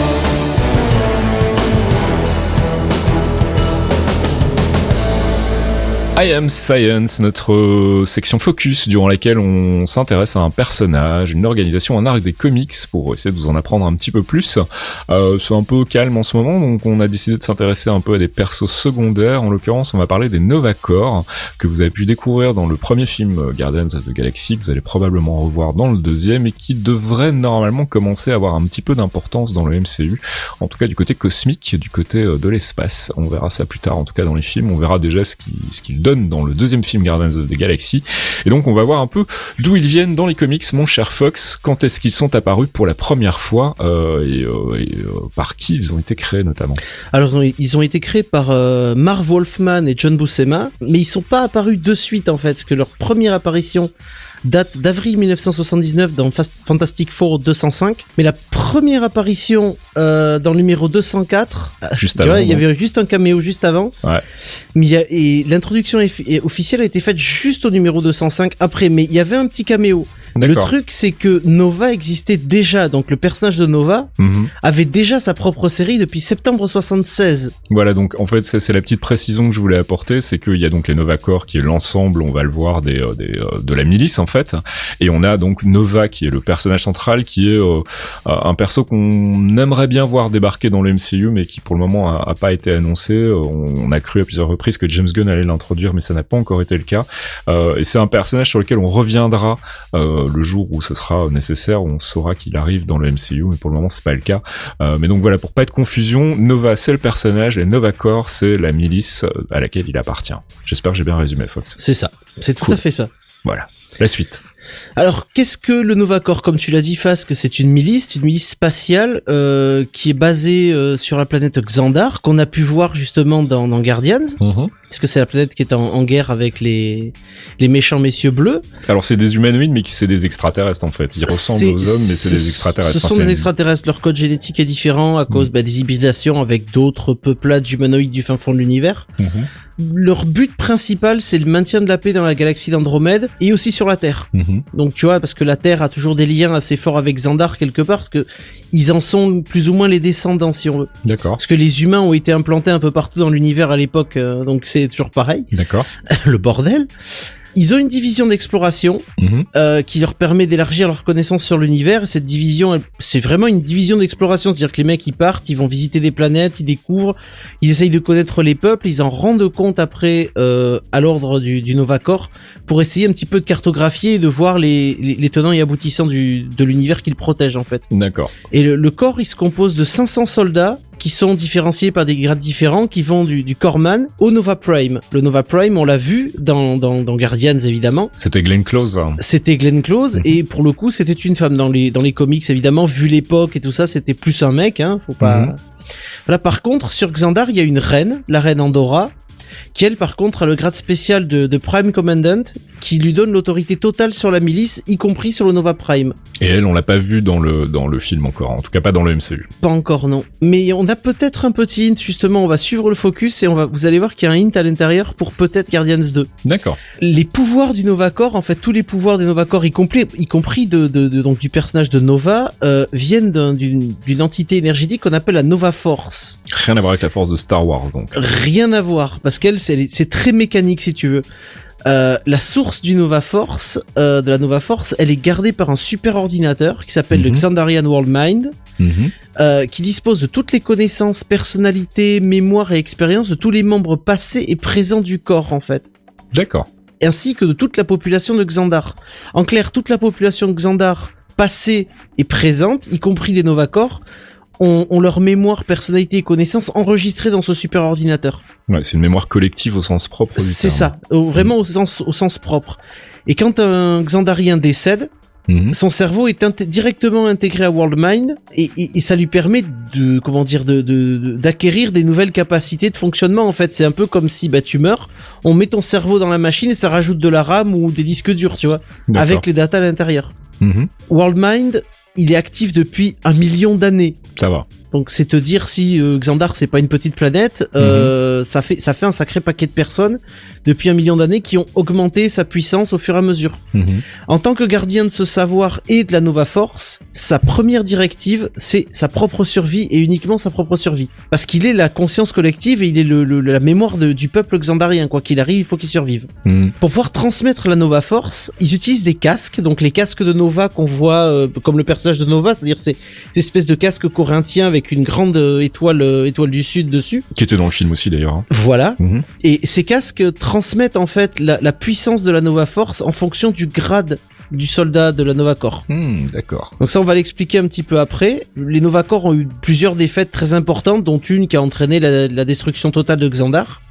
I Am Science, notre section focus durant laquelle on s'intéresse à un personnage, une organisation, un arc des comics pour essayer de vous en apprendre un petit peu plus. C'est un peu calme en ce moment, donc on a décidé de s'intéresser un peu à des persos secondaires. En l'occurrence, on va parler des Nova Corps que vous avez pu découvrir dans le premier film Guardians of the Galaxy, que vous allez probablement revoir dans le deuxième et qui devrait normalement commencer à avoir un petit peu d'importance dans le MCU, en tout cas du côté cosmique, du côté de l'espace. On verra ça plus tard, en tout cas dans les films, on verra déjà ce qu'ils donnent dans le deuxième film Guardians of the Galaxy, et donc on va voir un peu d'où ils viennent dans les comics, mon cher Fox. Quand est-ce qu'ils sont apparus pour la première fois et par qui ils ont été créés notamment? Alors ils ont été créés par Marv Wolfman et John Buscema, mais ils sont pas apparus de suite en fait, parce que leur première apparition date d'avril 1979 dans Fantastic Four 205, mais la première apparition dans le numéro 204, juste tu avant, vois, il y avait juste un caméo juste avant. Ouais. Mais et l'introduction officielle a été faite juste au numéro 205 après, mais il y avait un petit caméo. Le truc, c'est que Nova existait déjà, donc le personnage de Nova avait déjà sa propre série depuis septembre 76. Voilà, donc en fait c'est la petite précision que je voulais apporter, c'est qu'il y a donc les Nova Corps qui est l'ensemble, on va le voir, de la milice en fait, et on a donc Nova qui est le personnage central, qui est un perso qu'on aimerait bien voir débarquer dans le MCU, mais qui pour le moment a pas été annoncé. On a cru à plusieurs reprises que James Gunn allait l'introduire, mais ça n'a pas encore été le cas, et c'est un personnage sur lequel on reviendra le jour où ce sera nécessaire, où on saura qu'il arrive dans le MCU, mais pour le moment c'est pas le cas. Mais donc voilà, pour pas être confusion, Nova c'est le personnage et Nova Corps c'est la milice à laquelle il appartient. J'espère que j'ai bien résumé, Fox. C'est ça, c'est tout à fait ça. Voilà, la suite. Alors, qu'est-ce que le Nova Corps? Comme tu l'as dit, Fasque, c'est une milice spatiale qui est basée sur la planète Xandar, qu'on a pu voir justement dans Guardians, parce que c'est la planète qui est en guerre avec les méchants messieurs bleus. Alors c'est des humanoïdes, mais c'est des extraterrestres en fait. Ils ressemblent aux hommes, mais c'est des extraterrestres. Ce sont des extraterrestres. Leur code génétique est différent à cause des hybridations avec d'autres peuplades humanoïdes du fin fond de l'univers. Leur but principal, c'est le maintien de la paix dans la galaxie d'Andromède et aussi sur la Terre. Donc tu vois, parce que la Terre a toujours des liens assez forts avec Xandar quelque part, parce que ils en sont plus ou moins les descendants, si on veut. D'accord. Parce que les humains ont été implantés un peu partout dans l'univers à l'époque, donc c'est toujours pareil. D'accord. Le bordel. Ils ont une division d'exploration qui leur permet d'élargir leurs connaissances sur l'univers. Et cette division, c'est vraiment une division d'exploration, c'est-à-dire que les mecs ils partent, ils vont visiter des planètes, ils découvrent, ils essayent de connaître les peuples, ils en rendent compte après à l'ordre du Nova Corps pour essayer un petit peu de cartographier et de voir les tenants et aboutissants de l'univers qu'ils protègent en fait. D'accord. Et le corps, il se compose de 500 soldats qui sont différenciés par des grades différents, qui vont du Corpsman au Nova Prime. Le Nova Prime, on l'a vu dans Guardians évidemment. C'était Glenn Close. C'était Glenn Close et pour le coup, c'était une femme dans les comics évidemment, vu l'époque et tout ça, c'était plus un mec, hein, faut pas. Voilà, par contre, sur Xandar, il y a une reine, la reine Andorra, qui elle par contre a le grade spécial de Prime Commandant, qui lui donne l'autorité totale sur la milice, y compris sur le Nova Prime. Et elle, on l'a pas vu dans le film encore, en tout cas pas dans le MCU. Pas encore, non. Mais on a peut-être un petit hint, justement, on va suivre le focus et vous allez voir qu'il y a un hint à l'intérieur pour peut-être Guardians 2. D'accord. Les pouvoirs du Nova Corps, en fait, tous les pouvoirs des Nova Corps, y compris donc du personnage de Nova, viennent d'une entité énergétique qu'on appelle la Nova Force. Rien à voir avec la force de Star Wars, donc. Rien à voir, parce qu'elle, c'est très mécanique, si tu veux. La source du Nova Force, de la Nova Force, elle est gardée par un super ordinateur qui s'appelle le Xandarian World Mind, qui dispose de toutes les connaissances, personnalités, mémoires et expériences de tous les membres passés et présents du corps, en fait. D'accord. Ainsi que de toute la population de Xandar. En clair, toute la population de Xandar passée et présente, y compris les Nova Corps, ont leur mémoire, personnalité et connaissances enregistrées dans ce super ordinateur. Ouais, c'est une mémoire collective au sens propre du terme. C'est ça, vraiment au sens propre. Et quand un Xandarien décède, son cerveau est directement intégré à WorldMind et ça lui permet d'acquérir des nouvelles capacités de fonctionnement. En fait, c'est un peu comme si tu meurs, on met ton cerveau dans la machine et ça rajoute de la RAM ou des disques durs, tu vois, avec les datas à l'intérieur. WorldMind il est actif depuis 1 million d'années. Ça va. Donc c'est te dire si Xandar c'est pas une petite planète, ça fait un sacré paquet de personnes depuis 1 million d'années qui ont augmenté sa puissance au fur et à mesure. En tant que gardien de ce savoir et de la Nova Force, sa première directive c'est sa propre survie et uniquement sa propre survie. Parce qu'il est la conscience collective et il est la mémoire du peuple xandarien. Quoi qu'il arrive, il faut qu'il survive. Pour pouvoir transmettre la Nova Force, ils utilisent des casques, donc les casques de Nova qu'on voit comme le personnage de Nova, c'est-à-dire ces espèces de casques corinthiens avec une grande étoile du sud dessus. Qui était dans le film aussi d'ailleurs. Hein. Voilà. Et ces casques transmettent en fait la puissance de la Nova Force en fonction du grade du soldat de la Nova Corps. D'accord. Donc ça on va l'expliquer un petit peu après. Les Nova Corps ont eu plusieurs défaites très importantes, dont une qui a entraîné la destruction totale de Xandar.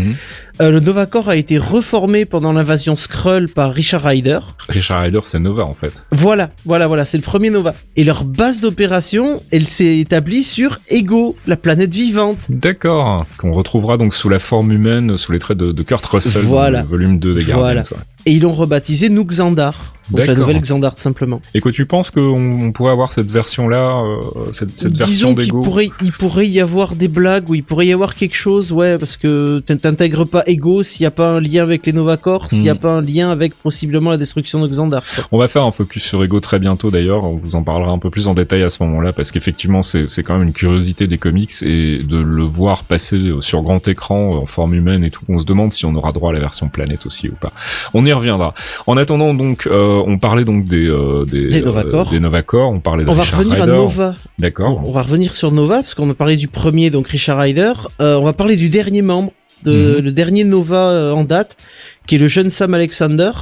Le Nova Corps a été reformé pendant l'invasion Skrull par Richard Rider. Richard Rider, c'est Nova en fait. Voilà, c'est le premier Nova. Et leur base d'opération, elle s'est établie sur Ego, la planète vivante. D'accord, qu'on retrouvera donc sous la forme humaine, sous les traits de Kurt Russell, voilà. Dans le volume 2 des Guardians. Ouais. Et ils l'ont rebaptisé Nous Xandar. Donc la nouvelle Xandar simplement. Et quoi, tu penses qu'on pourrait avoir cette version-là, cette version d'Ego ? Il pourrait y avoir des blagues, ou il pourrait y avoir quelque chose, ouais, parce que t'intègres pas Ego s'il y a pas un lien avec les Nova Corps, s'il y a pas un lien avec possiblement la destruction de Xandar. On va faire un focus sur Ego très bientôt d'ailleurs, on vous en parlera un peu plus en détail à ce moment-là, parce qu'effectivement c'est quand même une curiosité des comics, et de le voir passer sur grand écran en forme humaine et tout, on se demande si on aura droit à la version planète aussi ou pas. On y reviendra. En attendant donc, on parlait donc des Nova Corps. Des Nova Corps, on parlait de Richard Rider. On va revenir à Nova. D'accord. On va revenir sur Nova, parce qu'on a parlé du premier, donc Richard Rider. On va parler du dernier membre, le dernier Nova en date, qui est le jeune Sam Alexander,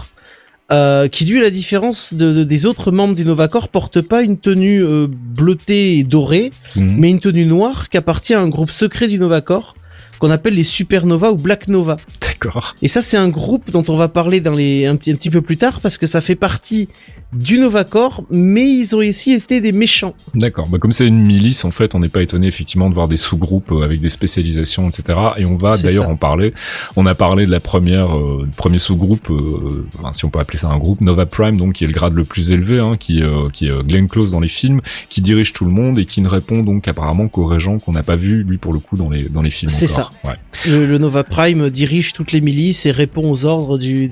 qui lui, à la différence des autres membres du Nova Corps, porte pas une tenue bleutée et dorée, mais une tenue noire qui appartient à un groupe secret du Nova Corps, qu'on appelle les Supernova ou Black Nova. D'accord. Et ça, c'est un groupe dont on va parler un petit peu plus tard, parce que ça fait partie du Nova Corps, mais ils ont aussi été des méchants. D'accord. Bah, comme c'est une milice, en fait, on n'est pas étonné effectivement de voir des sous-groupes avec des spécialisations, etc. Et on va d'ailleurs en parler. On a parlé de la premier sous-groupe, si on peut appeler ça un groupe, Nova Prime, donc qui est le grade le plus élevé, hein, qui est Glenn Close dans les films, qui dirige tout le monde et qui ne répond donc apparemment qu'au régent qu'on n'a pas vu lui pour le coup dans les films. C'est encore. Ça. Ouais. Le Nova Prime dirige toutes les milices et répond aux ordres du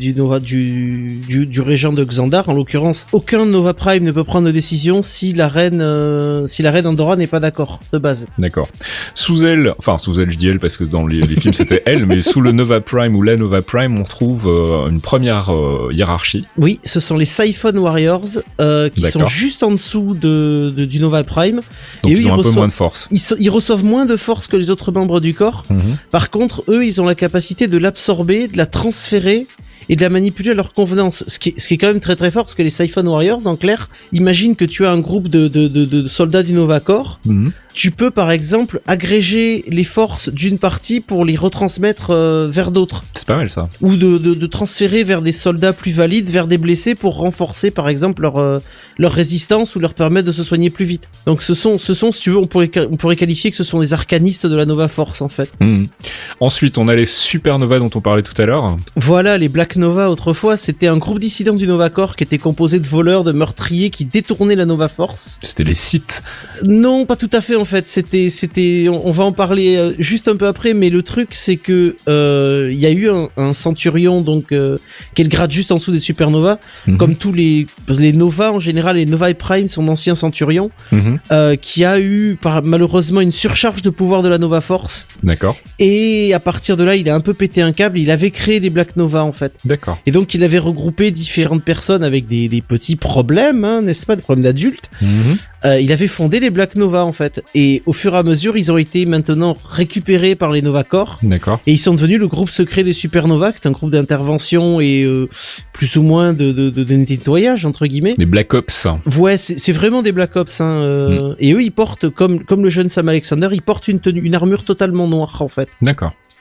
régent de Xandar. En l'occurrence, aucun Nova Prime ne peut prendre de décision si la reine Andorra n'est pas d'accord de base. D'accord. Sous elle, je dis elle parce que dans les films c'était elle, mais sous le Nova Prime ou la Nova Prime, on trouve une première hiérarchie. Oui, ce sont les Siphon Warriors qui sont juste en dessous du Nova Prime. Donc et eux, ils ont un peu moins de force. Ils reçoivent moins de force que les autres membres du corps. Par contre, eux, ils ont la capacité de l'absorber, de la transférer et de la manipuler à leur convenance. Ce qui est quand même très très fort, parce que les Siphon Warriors, en clair, imagine que tu as un groupe de soldats du Nova Corps. Tu peux par exemple agréger les forces d'une partie pour les retransmettre vers d'autres. C'est pas mal ça. Ou de transférer vers des soldats plus valides, vers des blessés pour renforcer par exemple leur résistance ou leur permettre de se soigner plus vite. Donc ce sont si tu veux, on pourrait qualifier que ce sont des arcanistes de la Nova Force en fait. Ensuite, on a les Supernova dont on parlait tout à l'heure. Voilà, les Black Nova autrefois, c'était un groupe dissident du Nova Corps qui était composé de voleurs, de meurtriers qui détournaient la Nova Force. C'était les Sith. Non, pas tout à fait en fait, c'était on va en parler juste un peu après, mais le truc c'est que il y a eu un centurion donc qui est le grade juste en dessous des Supernova, comme tous les Nova en général, les Nova et Prime sont d'anciens centurions, qui a eu malheureusement une surcharge de pouvoir de la Nova Force. D'accord. Et à partir de là, il a un peu pété un câble, il avait créé les Black Nova en fait. D'accord. Et donc il avait regroupé différentes personnes avec des petits problèmes, hein, n'est-ce pas, des problèmes d'adultes. Il avait fondé les Black Nova en fait, et au fur et à mesure ils ont été maintenant récupérés par les Nova Corps. D'accord. Et ils sont devenus le groupe secret des Supernova, qui est un groupe d'intervention et plus ou moins de nettoyage entre guillemets. Les Black Ops. Ouais, c'est vraiment des Black Ops. Et eux ils portent comme le jeune Sam Alexander, ils portent une armure totalement noire en fait. D'accord.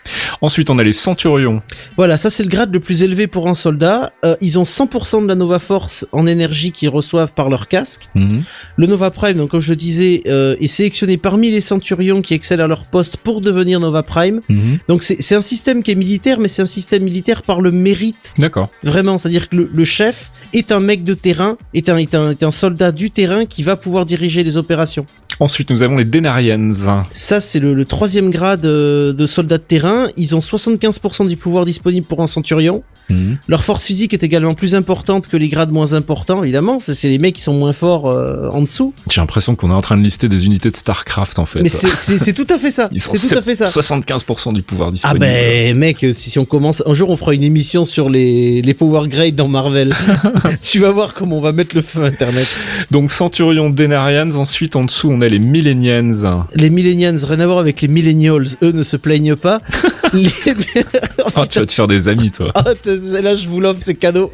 Ensuite, on a les Centurions. Voilà, ça c'est le grade le plus élevé pour un soldat. Ils ont 100% de la Nova Force en énergie qu'ils reçoivent par leur casque. Le Nova Prime, donc comme je le disais, est sélectionné parmi les Centurions qui excellent à leur poste pour devenir Nova Prime. Donc c'est un système qui est militaire, mais c'est un système militaire par le mérite. D'accord. Vraiment, c'est-à-dire que le chef est un mec de terrain, est un soldat du terrain qui va pouvoir diriger les opérations. Ensuite, nous avons les Denarians. Ça, c'est le 3e grade de soldats de terrain. Ils ont 75% du pouvoir disponible pour un centurion. Leur force physique est également plus importante que les grades moins importants, évidemment. C'est les mecs qui sont moins forts en dessous. J'ai l'impression qu'on est en train de lister des unités de StarCraft, en fait. Mais c'est tout à fait ça. C'est tout à fait ça. 75% du pouvoir disponible. Ah ben, mec, si on commence... Un jour, on fera une émission sur les power grades dans Marvel. Tu vas voir comment on va mettre le feu à Internet. Donc, Centurion, Denarians. Ensuite, en dessous, on a les Millennials. Les Millennials, rien à voir avec les Millennials. Eux ne se plaignent pas. Oh, tu vas te faire des amis, toi. Ah, là, je vous l'offre, c'est cadeau.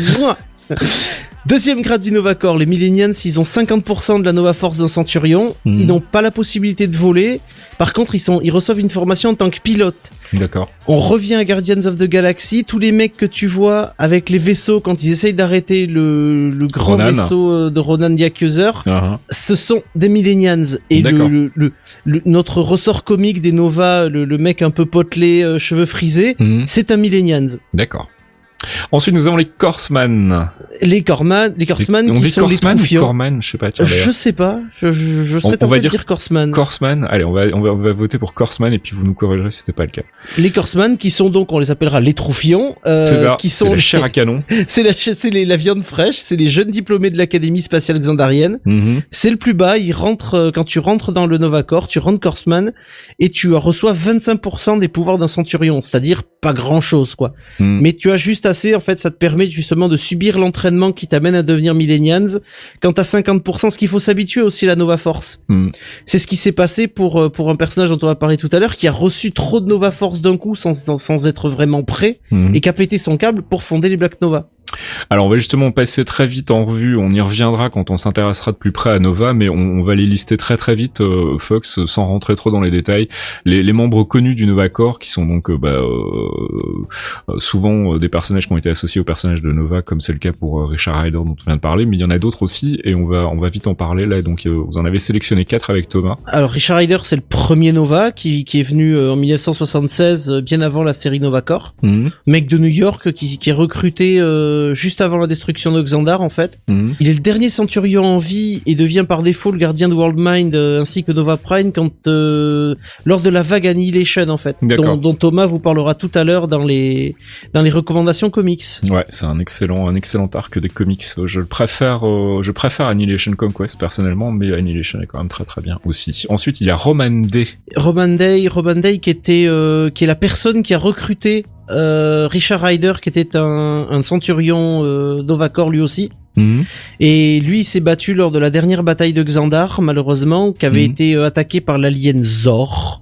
Deuxième grade du Nova Corps, les Millennials, ils ont 50% de la Nova Force d'un Centurion. Ils n'ont pas la possibilité de voler. Par contre, ils reçoivent une formation en tant que pilote. D'accord. On revient à Guardians of the Galaxy. Tous les mecs que tu vois avec les vaisseaux quand ils essayent d'arrêter le grand vaisseau de Ronan the Accuser, ce sont des Millennials. Et notre ressort comique des Nova, le mec un peu potelé, cheveux frisés, c'est un Millennials. D'accord. Ensuite, nous avons les Corpsman. Les Corpsman qui sont les troufiants. Corpsman, je sais pas. Je sais pas. Je serais tenté de dire Corpsman. Corpsman. Allez, on va voter pour Corpsman et puis vous nous corrigerez si c'était pas le cas. Les Corpsman qui sont donc, on les appellera les troufions. C'est ça. Qui sont c'est la chair à canon. c'est la viande fraîche. C'est les jeunes diplômés de l'Académie spatiale xandarienne. C'est le plus bas. Ils rentrent, quand tu rentres dans le Nova Corps, tu rentres Corpsman et tu reçois 25% des pouvoirs d'un centurion. C'est-à-dire pas grand chose, quoi. Mais tu as juste assez, en fait, ça te permet justement de subir l'entraînement qui t'amène à devenir Millennials. Quand t'as 50%, ce qu'il faut s'habituer aussi à la Nova Force. C'est ce qui s'est passé pour un personnage dont on va parler tout à l'heure, qui a reçu trop de Nova Force d'un coup sans être vraiment prêt, et qui a pété son câble pour fonder les Black Nova. Alors on va justement passer très vite en revue, on y reviendra quand on s'intéressera de plus près à Nova, mais on va les lister très très vite, Fox, sans rentrer trop dans les détails. Les membres connus du Nova Corps, qui sont donc souvent des personnages qui ont été associés aux personnages de Nova, comme c'est le cas pour Richard Rider dont on vient de parler, mais il y en a d'autres aussi, et on va vite en parler là. Donc vous en avez sélectionné 4 avec Thomas. Alors Richard Rider, c'est le premier Nova qui est venu en 1976, bien avant la série Nova Corps. Mec de New York qui est recruté juste avant la destruction de Xandar, en fait. Il est le dernier Centurion en vie et devient par défaut le gardien de World Mind ainsi que Nova Prime lors de la vague Annihilation, en fait, dont Thomas vous parlera tout à l'heure dans les recommandations comics. Ouais, c'est un excellent arc des comics. Je préfère Annihilation Conquest personnellement, mais Annihilation est quand même très très bien aussi. Ensuite, il y a Roman Day. Roman Day qui est la personne qui a recruté Richard Rider, qui était un centurion Nova Corps lui aussi. Et lui, il s'est battu lors de la dernière bataille de Xandar, malheureusement, qui avait été attaqué par l'alien Zor.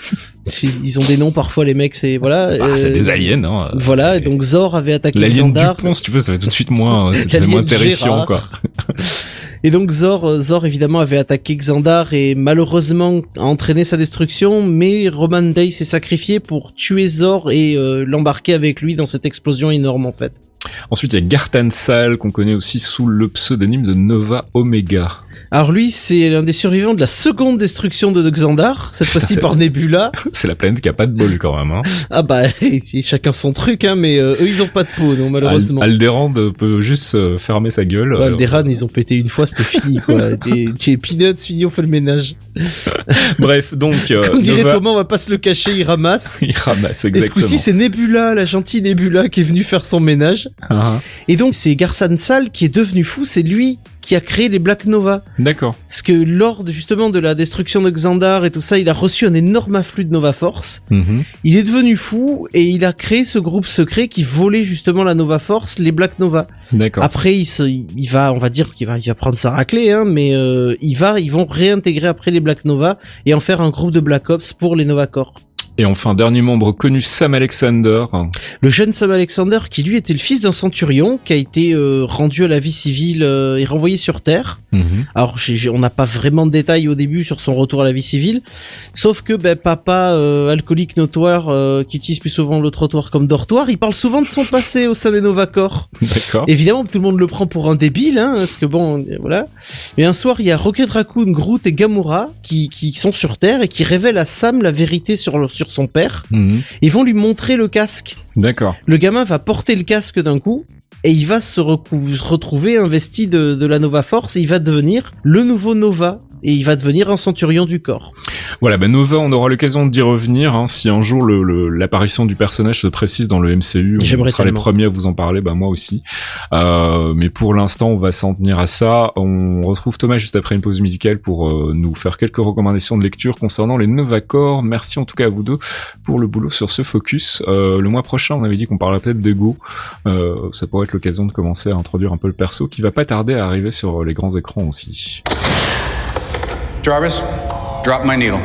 Ils ont des noms parfois, les mecs, c'est c'est des aliens, hein. Voilà, et donc Zor avait attaqué Xandar. L'alien Dupont, si tu veux, ça va tout de suite moins terrifiant, Gérard, quoi. Et donc Zor évidemment avait attaqué Xandar et malheureusement a entraîné sa destruction, mais Roman Day s'est sacrifié pour tuer Zor et l'embarquer avec lui dans cette explosion énorme, en fait. Ensuite, il y a Gartan Sal, qu'on connaît aussi sous le pseudonyme de Nova Omega. Alors lui, c'est l'un des survivants de la seconde destruction de Xandar, cette fois-ci par Nebula. C'est la planète qui a pas de bol quand même, hein. Ah bah, chacun son truc, hein, mais eux ils ont pas de peau, non, malheureusement. Alderaan peut juste fermer sa gueule. Ouais, Alderaan, ils ont pété une fois, c'était fini, quoi. Chez Peanuts, fini, on fait le ménage. Bref, donc... Comme dirait Nova... Thomas, on va pas se le cacher, il ramasse. Il ramasse, exactement. Et ce coup-ci, c'est Nebula, la gentille Nebula, qui est venue faire son ménage. Et donc, c'est Garsan Sal qui est devenu fou, c'est lui qui a créé les Black Nova. D'accord. Parce que lors justement de la destruction de Xandar et tout ça, il a reçu un énorme afflux de Nova Force. Il est devenu fou et il a créé ce groupe secret qui volait justement la Nova Force, les Black Nova. D'accord. Après, il va, on va dire qu'il va prendre sa raclée, hein, mais ils vont réintégrer après les Black Nova et en faire un groupe de Black Ops pour les Nova Corps. Et enfin, dernier membre connu, Sam Alexander. Le jeune Sam Alexander, qui lui était le fils d'un centurion, qui a été rendu à la vie civile et renvoyé sur Terre. Alors, on n'a pas vraiment de détails au début sur son retour à la vie civile, sauf que papa alcoolique notoire, qui utilise plus souvent le trottoir comme dortoir, il parle souvent de son passé au sein des Novacor. D'accord. Évidemment, tout le monde le prend pour un débile, hein, parce que bon, voilà. Mais un soir, il y a Rocket Raccoon, Groot et Gamora qui sont sur Terre et qui révèlent à Sam la vérité sur son père. Ils vont lui montrer le casque. D'accord. Le gamin va porter le casque d'un coup et il va se retrouver investi de la Nova Force et il va devenir le nouveau Nova. Et il va devenir un centurion du corps. Voilà, Nova, on aura l'occasion d'y revenir, hein, si un jour l'apparition du personnage se précise dans le MCU, on sera les premiers à vous en parler, moi aussi. Mais pour l'instant, on va s'en tenir à ça. On retrouve Thomas juste après une pause musicale pour nous faire quelques recommandations de lecture concernant les Novacor. Merci en tout cas à vous deux pour le boulot sur ce focus. Le mois prochain, on avait dit qu'on parlerait peut-être d'Ego. Ça pourrait être l'occasion de commencer à introduire un peu le perso qui va pas tarder à arriver sur les grands écrans aussi. Jarvis, drop my needle.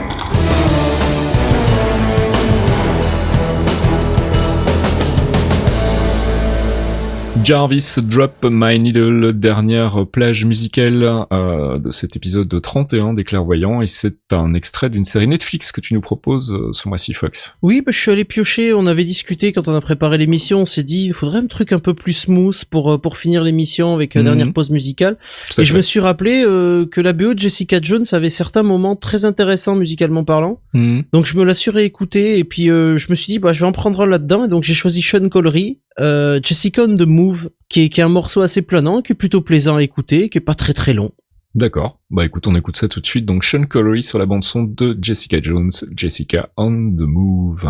Jarvis, Drop My Needle, dernière plage musicale de cet épisode 31 des Clairvoyants, et c'est un extrait d'une série Netflix que tu nous proposes ce mois-ci, Fox. Oui, je suis allé piocher, on avait discuté quand on a préparé l'émission, on s'est dit il faudrait un truc un peu plus smooth pour finir l'émission avec la dernière pause musicale, et je me suis rappelé que la BO de Jessica Jones avait certains moments très intéressants musicalement parlant, donc je me la suis réécouté, et puis je me suis dit je vais en prendre un là-dedans, et donc j'ai choisi Sean Connery, Jessica on the Move, qui est un morceau assez planant, qui est plutôt plaisant à écouter, qui est pas très très long. D'accord. Écoute, on écoute ça tout de suite. Donc Sean Connery sur la bande son de Jessica Jones, Jessica on the Move.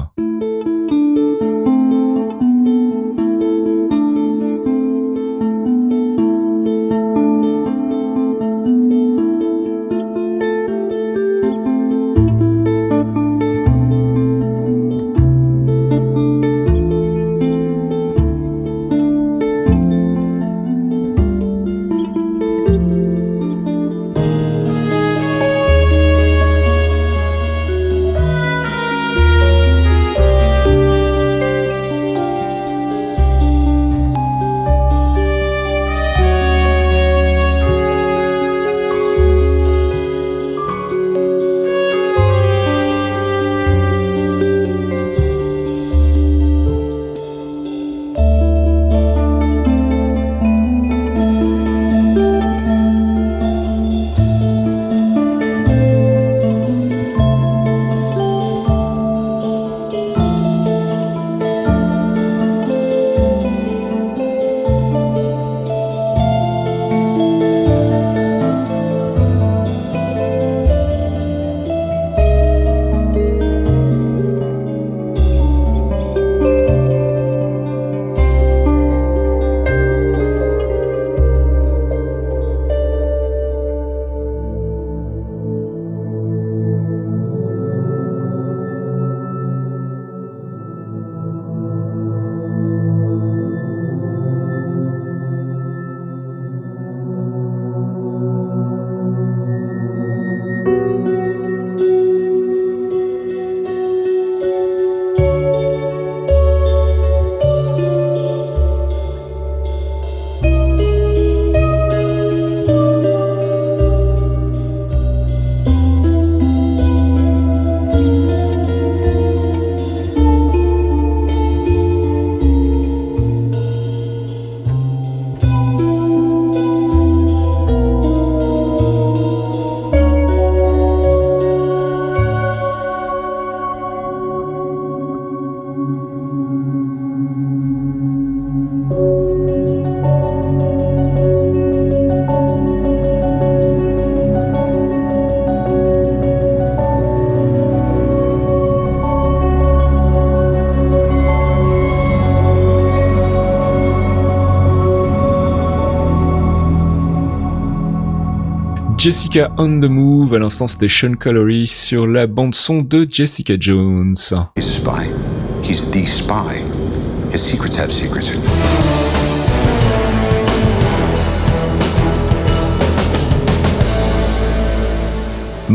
Jessica on the Move, à l'instant c'était Sean Connery sur la bande-son de Jessica Jones. He's a spy. He's the spy. His secrets have secrets.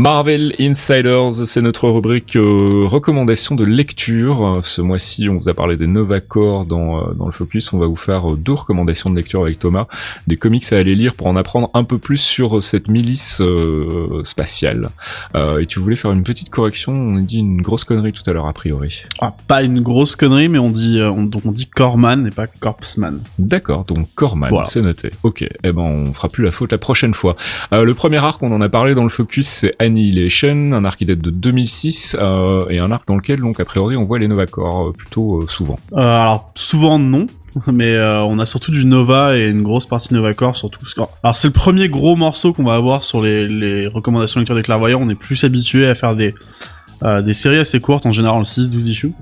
Marvel Insiders, c'est notre rubrique recommandation de lecture. Ce mois-ci, on vous a parlé des Nova Corps dans le Focus. On va vous faire 2 recommandations de lecture avec Thomas, des comics à aller lire pour en apprendre un peu plus sur cette milice spatiale. Et tu voulais faire une petite correction, on a dit une grosse connerie tout à l'heure a priori. Ah, pas une grosse connerie, mais on dit Corpsman et pas Corpsman. D'accord, donc Corpsman, voilà. C'est noté. Ok, on fera plus la faute la prochaine fois. Le premier arc, on en a parlé dans le Focus, c'est Annihilation, un arc qui date de 2006, et un arc dans lequel, donc, a priori, on voit les Nova Corps plutôt souvent. Alors, souvent non, mais on a surtout du Nova et une grosse partie de Nova Corps surtout. Alors, c'est le premier gros morceau qu'on va avoir sur les recommandations de lecture des clairvoyants. On est plus habitué à faire des séries assez courtes, en général 6-12 issues.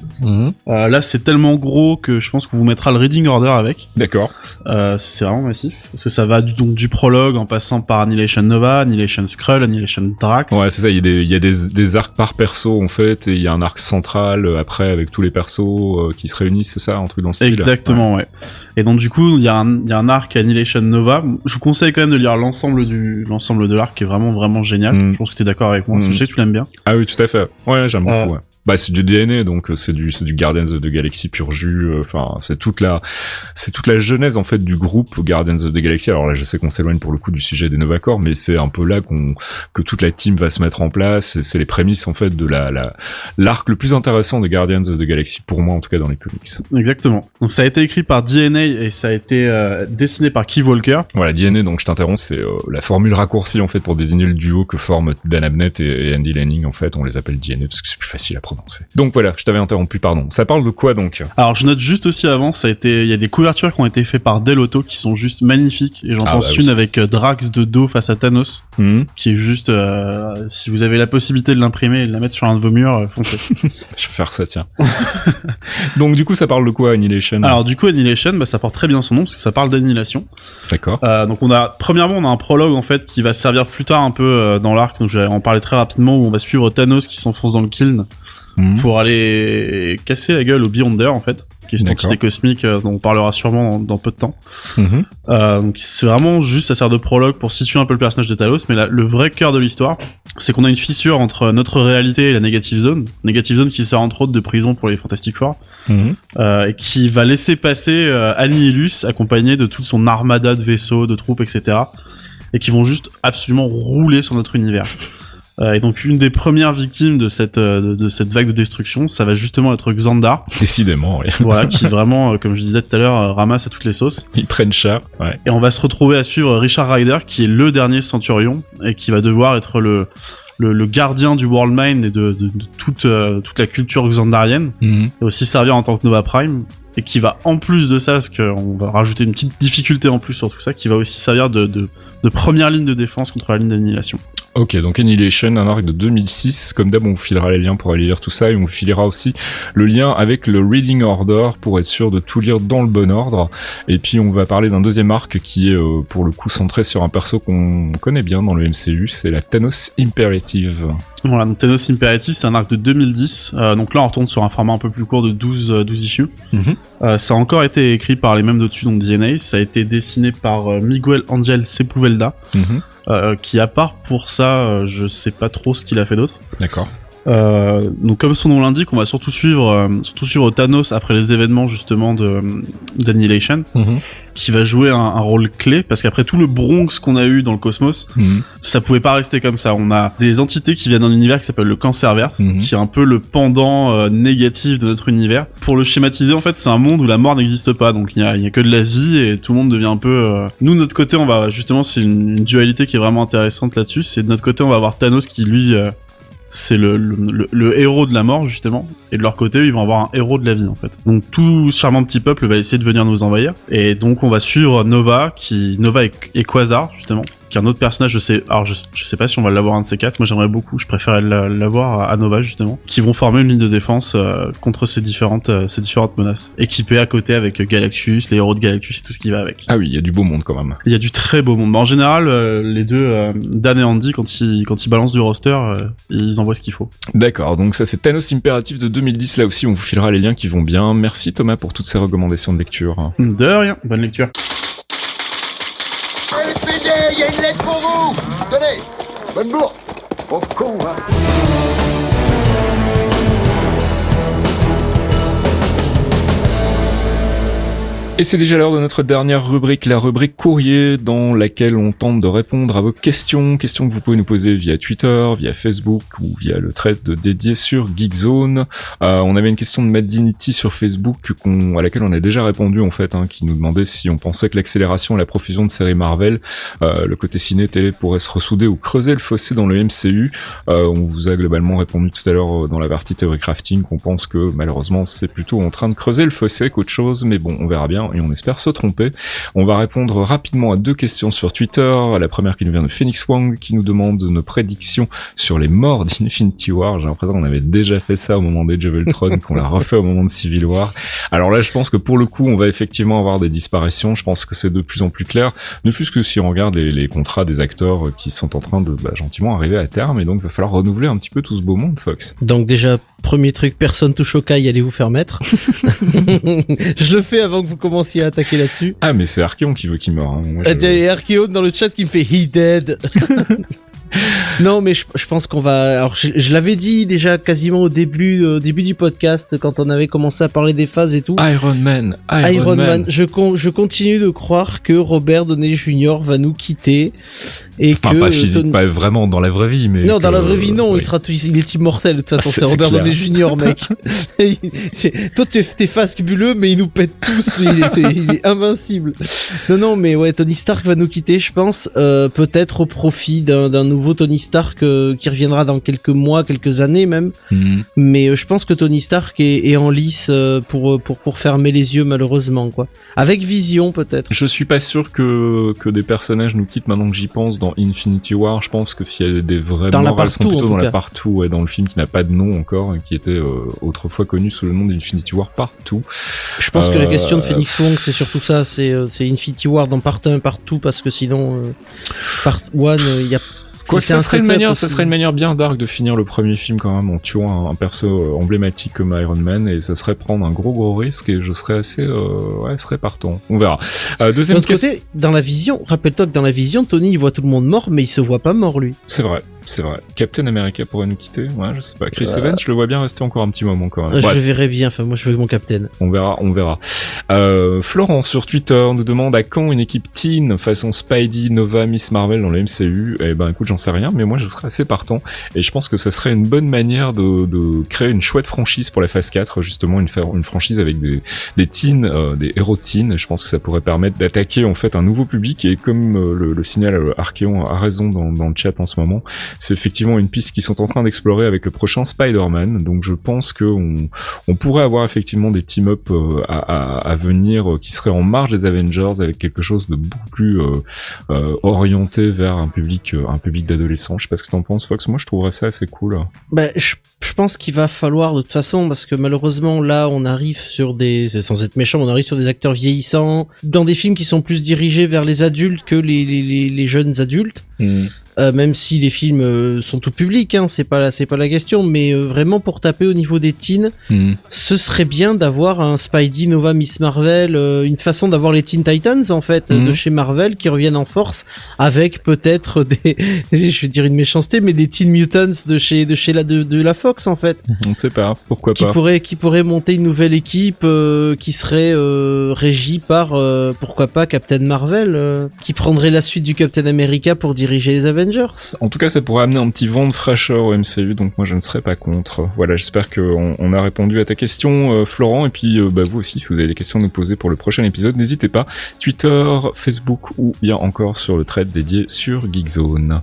Là, c'est tellement gros que je pense qu'on vous mettra le reading order avec. D'accord. C'est vraiment massif. Parce que ça va du prologue en passant par Annihilation Nova, Annihilation Skrull, Annihilation Drax. Ouais, c'est ça, il y a des arcs par perso, en fait, et il y a un arc central après avec tous les persos qui se réunissent, c'est ça, un truc dans ce style. Exactement, ouais. Et donc, du coup, il y a un arc Annihilation Nova. Je vous conseille quand même de lire l'ensemble de l'arc qui est vraiment, vraiment génial. Je pense que t'es d'accord avec moi, parce que je sais que tu l'aimes bien. Ah oui, tout à fait. Ouais, j'aime beaucoup, ouais. Bah, c'est du DNA, donc c'est du Guardians of the Galaxy pur jus. Enfin, c'est toute la genèse en fait du groupe Guardians of the Galaxy. Alors là, je sais qu'on s'éloigne pour le coup du sujet des Nova Corps, mais c'est un peu là que toute la team va se mettre en place. Et c'est les prémices en fait de l'arc le plus intéressant de Guardians of the Galaxy pour moi en tout cas dans les comics. Exactement. Donc ça a été écrit par DNA et ça a été dessiné par Keith Walker. Voilà, DNA. Donc je t'interromps, c'est la formule raccourcie en fait pour désigner le duo que forment Dan Abnett et Andy Lanning. En fait, on les appelle DNA parce que c'est plus facile à prononcer. Donc voilà, je t'avais interrompu, pardon. Ça parle de quoi donc? Alors je note juste aussi avant, il y a des couvertures qui ont été faites par Del Auto qui sont juste magnifiques et j'en pense une avec Drax de dos face à Thanos, qui est juste si vous avez la possibilité de l'imprimer et de la mettre sur un de vos murs, foncez. Je vais faire ça, tiens. Donc du coup, ça parle de quoi Annihilation? Alors du coup, Annihilation, ça porte très bien son nom parce que ça parle d'annihilation. D'accord. Donc premièrement, on a un prologue en fait qui va servir plus tard un peu dans l'arc, donc je vais en parler très rapidement, où on va suivre Thanos qui s'enfonce dans le kiln pour aller casser la gueule au Beyonder en fait, qui est cette entité cosmique dont on parlera sûrement dans peu de temps. Donc c'est vraiment juste, ça sert de prologue pour situer un peu le personnage de Talos, mais le vrai cœur de l'histoire, c'est qu'on a une fissure entre notre réalité et la Negative Zone qui sert entre autres de prison pour les Fantastic Four, et qui va laisser passer Annihilus accompagné de toute son armada de vaisseaux, de troupes, etc., et qui vont juste absolument rouler sur notre univers. Et donc une des premières victimes de cette vague de destruction, ça va justement être Xandar. Décidément, oui. Voilà, qui vraiment, comme je disais tout à l'heure, ramasse à toutes les sauces. Ils prennent cher, ouais. Et on va se retrouver à suivre Richard Rider, qui est le dernier Centurion, et qui va devoir être le gardien du World Mind et de toute la culture xandarienne, et aussi servir en tant que Nova Prime, et qui va, en plus de ça, parce qu'on va rajouter une petite difficulté en plus sur tout ça, qui va aussi servir de première ligne de défense contre la ligne d'annihilation. Ok, donc Annihilation, un arc de 2006. Comme d'hab, on vous filera les liens pour aller lire tout ça, et on vous filera aussi le lien avec le Reading Order pour être sûr de tout lire dans le bon ordre. Et puis on va parler d'un deuxième arc qui est pour le coup centré sur un perso qu'on connaît bien dans le MCU, c'est la Thanos Imperative. Voilà, donc Thanos Imperative, c'est un arc de 2010. Donc là, on retourne sur un format un peu plus court de 12 issues. Ça a encore été écrit par les mêmes dessus, donc DNA. Ça a été dessiné par Miguel Angel Sepúlveda, qui à part pour ça, je sais pas trop ce qu'il a fait d'autre. D'accord. Donc comme son nom l'indique, on va surtout suivre Thanos après les événements justement d'Annihilation, qui va jouer un rôle clé, parce qu'après tout le Bronx qu'on a eu dans le cosmos, ça pouvait pas rester comme ça. On a des entités qui viennent d'un univers qui s'appelle le Cancerverse, qui est un peu le pendant négatif de notre univers. Pour le schématiser, en fait, c'est un monde où la mort n'existe pas, donc il y a que de la vie et tout le monde devient un peu... Nous, de notre côté, on va justement, c'est une dualité qui est vraiment intéressante là-dessus. C'est de notre côté, on va avoir Thanos qui lui... c'est le héros de la mort justement, et de leur côté ils vont avoir un héros de la vie en fait. Donc tout ce charmant petit peuple va essayer de venir nous envahir, et donc on va suivre Nova et Quasar justement, qui est un autre personnage. Je sais pas si on va l'avoir un de ces quatre. Moi j'aimerais beaucoup, je préférais l'avoir à Nova justement, qui vont former une ligne de défense contre ces différentes menaces, équipés à côté avec Galactus, les héros de Galactus et tout ce qui va avec. Ah oui, il y a du beau monde quand même. Il y a du très beau monde. Mais en général, les deux, Dan et Andy, quand ils balancent du roster, ils envoient ce qu'il faut. D'accord, donc ça c'est Thanos Imperative de 2010, là aussi on vous filera les liens qui vont bien. Merci Thomas pour toutes ces recommandations de lecture. De rien, bonne lecture. Allez, PD, il y a une lettre pour vous. Tenez, bonne bourre. au combat. Et c'est déjà l'heure de notre dernière rubrique, la rubrique courrier, dans laquelle on tente de répondre à vos questions que vous pouvez nous poser via Twitter, via Facebook ou via le thread dédié sur Geekzone. On avait une question de Matt Dignity sur Facebook à laquelle on a déjà répondu en fait, qui nous demandait si on pensait que l'accélération et la profusion de séries Marvel, le côté ciné-télé pourrait se ressouder ou creuser le fossé dans le MCU. On vous a globalement répondu tout à l'heure dans la partie Theory Crafting qu'on pense que malheureusement c'est plutôt en train de creuser le fossé qu'autre chose, mais bon, on verra bien. Et on espère se tromper. On va répondre rapidement à 2 questions sur Twitter. La première qui nous vient de Phoenix Wang, qui nous demande nos prédictions sur les morts d'Infinity War. J'ai l'impression qu'on avait déjà fait ça au moment d'Age of Ultron, qu'on l'a refait au moment de Civil War. Alors là, je pense que pour le coup, on va effectivement avoir des disparitions. Je pense que c'est de plus en plus clair. Ne fût-ce que si on regarde les contrats des acteurs qui sont en train de gentiment arriver à terme, et donc il va falloir renouveler un petit peu tout ce beau monde, Fox. Donc déjà, premier truc, personne touche au Kai, allez vous faire mettre. Je le fais avant que vous commenciez à attaquer là-dessus. Ah, mais c'est Archeon qui veut qu'il meure. Il y a Archeon dans le chat qui me fait he dead. Non, mais je pense qu'on va. Alors, je l'avais dit déjà quasiment au début du podcast quand on avait commencé à parler des phases et tout. Iron Man. Je continue de croire que Robert Downey Jr. va nous quitter et enfin, pas vraiment dans la vraie vie, mais non, dans la vraie vie non, oui. Il est immortel de toute façon. C'est Robert Downey Jr. mec. Toi t'es fascibuleux, mais il nous pète tous. Il est invincible. Non, mais ouais, Tony Stark va nous quitter, je pense, peut-être au profit d'un nouveau Tony Stark qui reviendra dans quelques mois, quelques années même. Mais je pense que Tony Stark est en lice pour fermer les yeux malheureusement quoi. Avec Vision peut-être. Je suis pas sûr que des personnages nous quittent maintenant que j'y pense dans Infinity War. Je pense que s'il y a des vrais morts, elles sont plutôt dans la partout, ouais, dans le film qui n'a pas de nom encore, qui était autreusement connu sous le nom d'Infinity War Partout. Je pense que la question de Phoenix Wong c'est surtout ça, c'est Infinity War dans part 1 partout parce que sinon part 1 il y a quoi, ça serait une manière bien dark de finir le premier film quand même en tuant un perso emblématique comme Iron Man, et ça serait prendre un gros risque, et je serais assez serais partant. On verra. Deuxième question. Côté, dans la Vision, rappelle-toi que dans la Vision, Tony il voit tout le monde mort, mais il se voit pas mort lui. C'est vrai. Captain America pourrait nous quitter. Ouais, je sais pas. Chris Evans, je le vois bien rester encore un petit moment quand même. Je le verrais bien. Enfin, moi, je veux mon Captain. On verra. Florent sur Twitter nous demande à quand une équipe teen façon Spidey, Nova, Miss Marvel dans le MCU. Eh ben, écoute, j'en sais rien, mais moi, je serais assez partant. Et je pense que ça serait une bonne manière de créer une chouette franchise pour la phase 4, justement, une franchise avec des teens, des héros teens. Je pense que ça pourrait permettre d'attaquer, en fait, un nouveau public. Et comme le signal Archeon a raison dans le chat en ce moment, c'est effectivement une piste qu'ils sont en train d'explorer avec le prochain Spider-Man. Donc je pense que on pourrait avoir effectivement des team-up à venir qui seraient en marge des Avengers, avec quelque chose de beaucoup plus orienté vers un public d'adolescents. Je sais pas ce que t'en penses, Fox. Moi je trouverais ça assez cool. Je pense qu'il va falloir de toute façon, parce que malheureusement là on arrive sur sans être méchant, on arrive sur des acteurs vieillissants dans des films qui sont plus dirigés vers les adultes que les jeunes adultes. Même si les films sont tout public, c'est pas la question, mais vraiment pour taper au niveau des teens, ce serait bien d'avoir un Spidey, Nova, Miss Marvel, une façon d'avoir les Teen Titans en fait de chez Marvel qui reviennent en force, avec peut-être je vais dire une méchanceté, mais des Teen Mutants de la Fox en fait. On ne sait pas, pourquoi pas. Qui pourrait monter une nouvelle équipe qui serait régie par pourquoi pas Captain Marvel, qui prendrait la suite du Captain America pour diriger les Avengers. En tout cas, ça pourrait amener un petit vent de fraîcheur au MCU, donc moi je ne serais pas contre. Voilà, j'espère qu'on a répondu à ta question, Florent, et puis vous aussi, si vous avez des questions à nous poser pour le prochain épisode, n'hésitez pas, Twitter, Facebook ou bien encore sur le thread dédié sur Geekzone.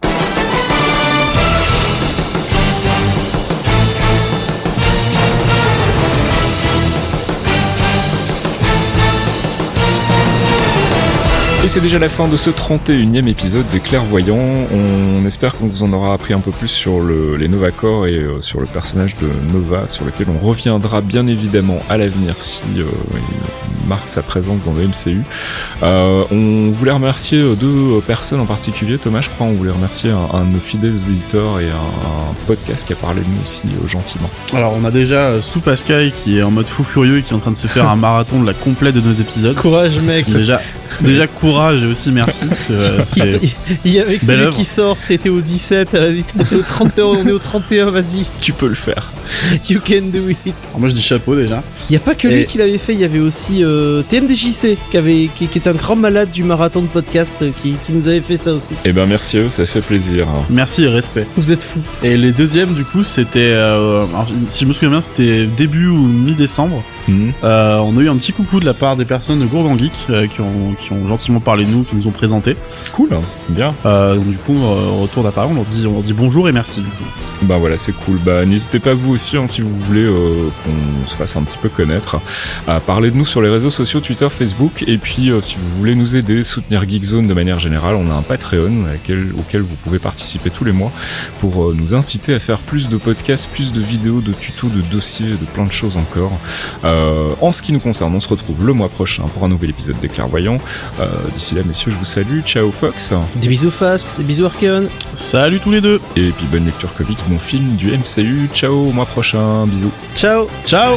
Et c'est déjà la fin de ce 31e épisode des Clairvoyants. On espère qu'on vous en aura appris un peu plus sur les Nova Corps et sur le personnage de Nova, sur lequel on reviendra bien évidemment à l'avenir si il marque sa présence dans le MCU. On voulait remercier 2 personnes en particulier. Thomas, je crois, on voulait remercier un de nos fidèles éditeurs et un podcast qui a parlé de nous aussi gentiment. Alors on a déjà Soupaskai qui est en mode fou furieux et qui est en train de se faire un marathon de la complète de nos épisodes. Courage mec. C'est déjà Déjà, courage et aussi merci. Il y avait celui œuvre. qui sort, t'étais au 17, vas-y, t'étais au 31, on est au 31, vas-y. Tu peux le faire. You can do it. Alors moi je dis chapeau déjà. Il y a pas que lui qui l'avait fait, il y avait aussi TMDJC qui est un grand malade du marathon de podcast qui nous avait fait ça aussi. Eh ben merci à eux, ça fait plaisir. Merci et respect. Vous êtes fous. Et les deuxièmes du coup c'était, alors, si je me souviens bien, c'était début ou mi-décembre. On a eu un petit coucou de la part des personnes de Gourgand Geek qui ont gentiment parlé de nous, qui nous ont présenté. Cool, bien. Donc du coup, au retour d'appareil, on leur dit bonjour et merci du coup. Bah voilà, c'est cool. Bah n'hésitez pas vous aussi, si vous voulez qu'on se fasse un petit peu connaître, à parler de nous sur les réseaux sociaux, Twitter, Facebook, et puis si vous voulez nous aider, soutenir Geekzone de manière générale, on a un Patreon auquel vous pouvez participer tous les mois pour nous inciter à faire plus de podcasts, plus de vidéos, de tutos, de dossiers, de plein de choses encore. En ce qui nous concerne, on se retrouve le mois prochain pour un nouvel épisode des Clairvoyants. D'ici là, messieurs, je vous salue. Ciao Fox. Des bisous Fask, des bisous Archeon. Salut tous les deux. Et puis bonne lecture comics, bon film du MCU. Ciao, au mois prochain. Bisous. Ciao. Ciao.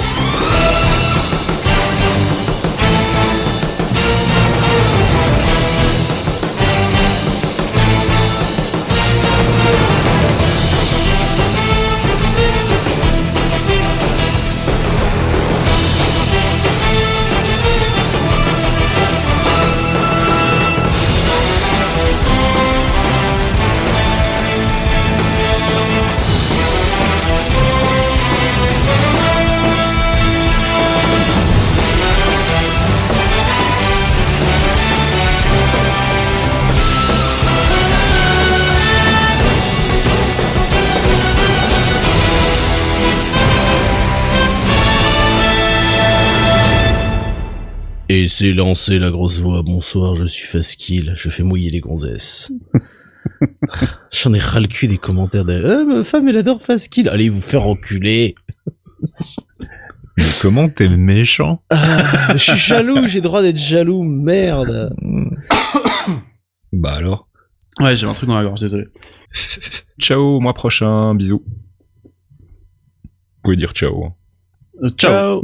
Et c'est lancé la grosse voix. Bonsoir, je suis Faskill, je fais mouiller les gonzesses. J'en ai ras le cul des commentaires de ma femme elle adore Faskill. Allez vous faire enculer. Mais comment t'es méchant? Je suis jaloux, j'ai droit d'être jaloux, merde. Bah alors. Ouais, j'ai un truc dans la gorge, désolé. Ciao, au mois prochain. Bisous. Vous pouvez dire ciao. Ciao.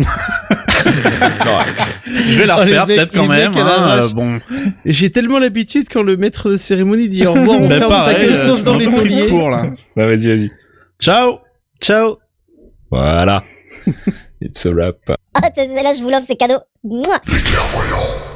Je vais la refaire peut-être quand même. Bon. J'ai tellement l'habitude quand le maître de cérémonie dit au revoir, on ferme sa gueule sauf dans les tauliers. Bah vas-y. Ciao. Ciao. Voilà. It's a wrap. Ah, là je vous l'offre, c'est cadeau. Mouah. Les Clairvoyants.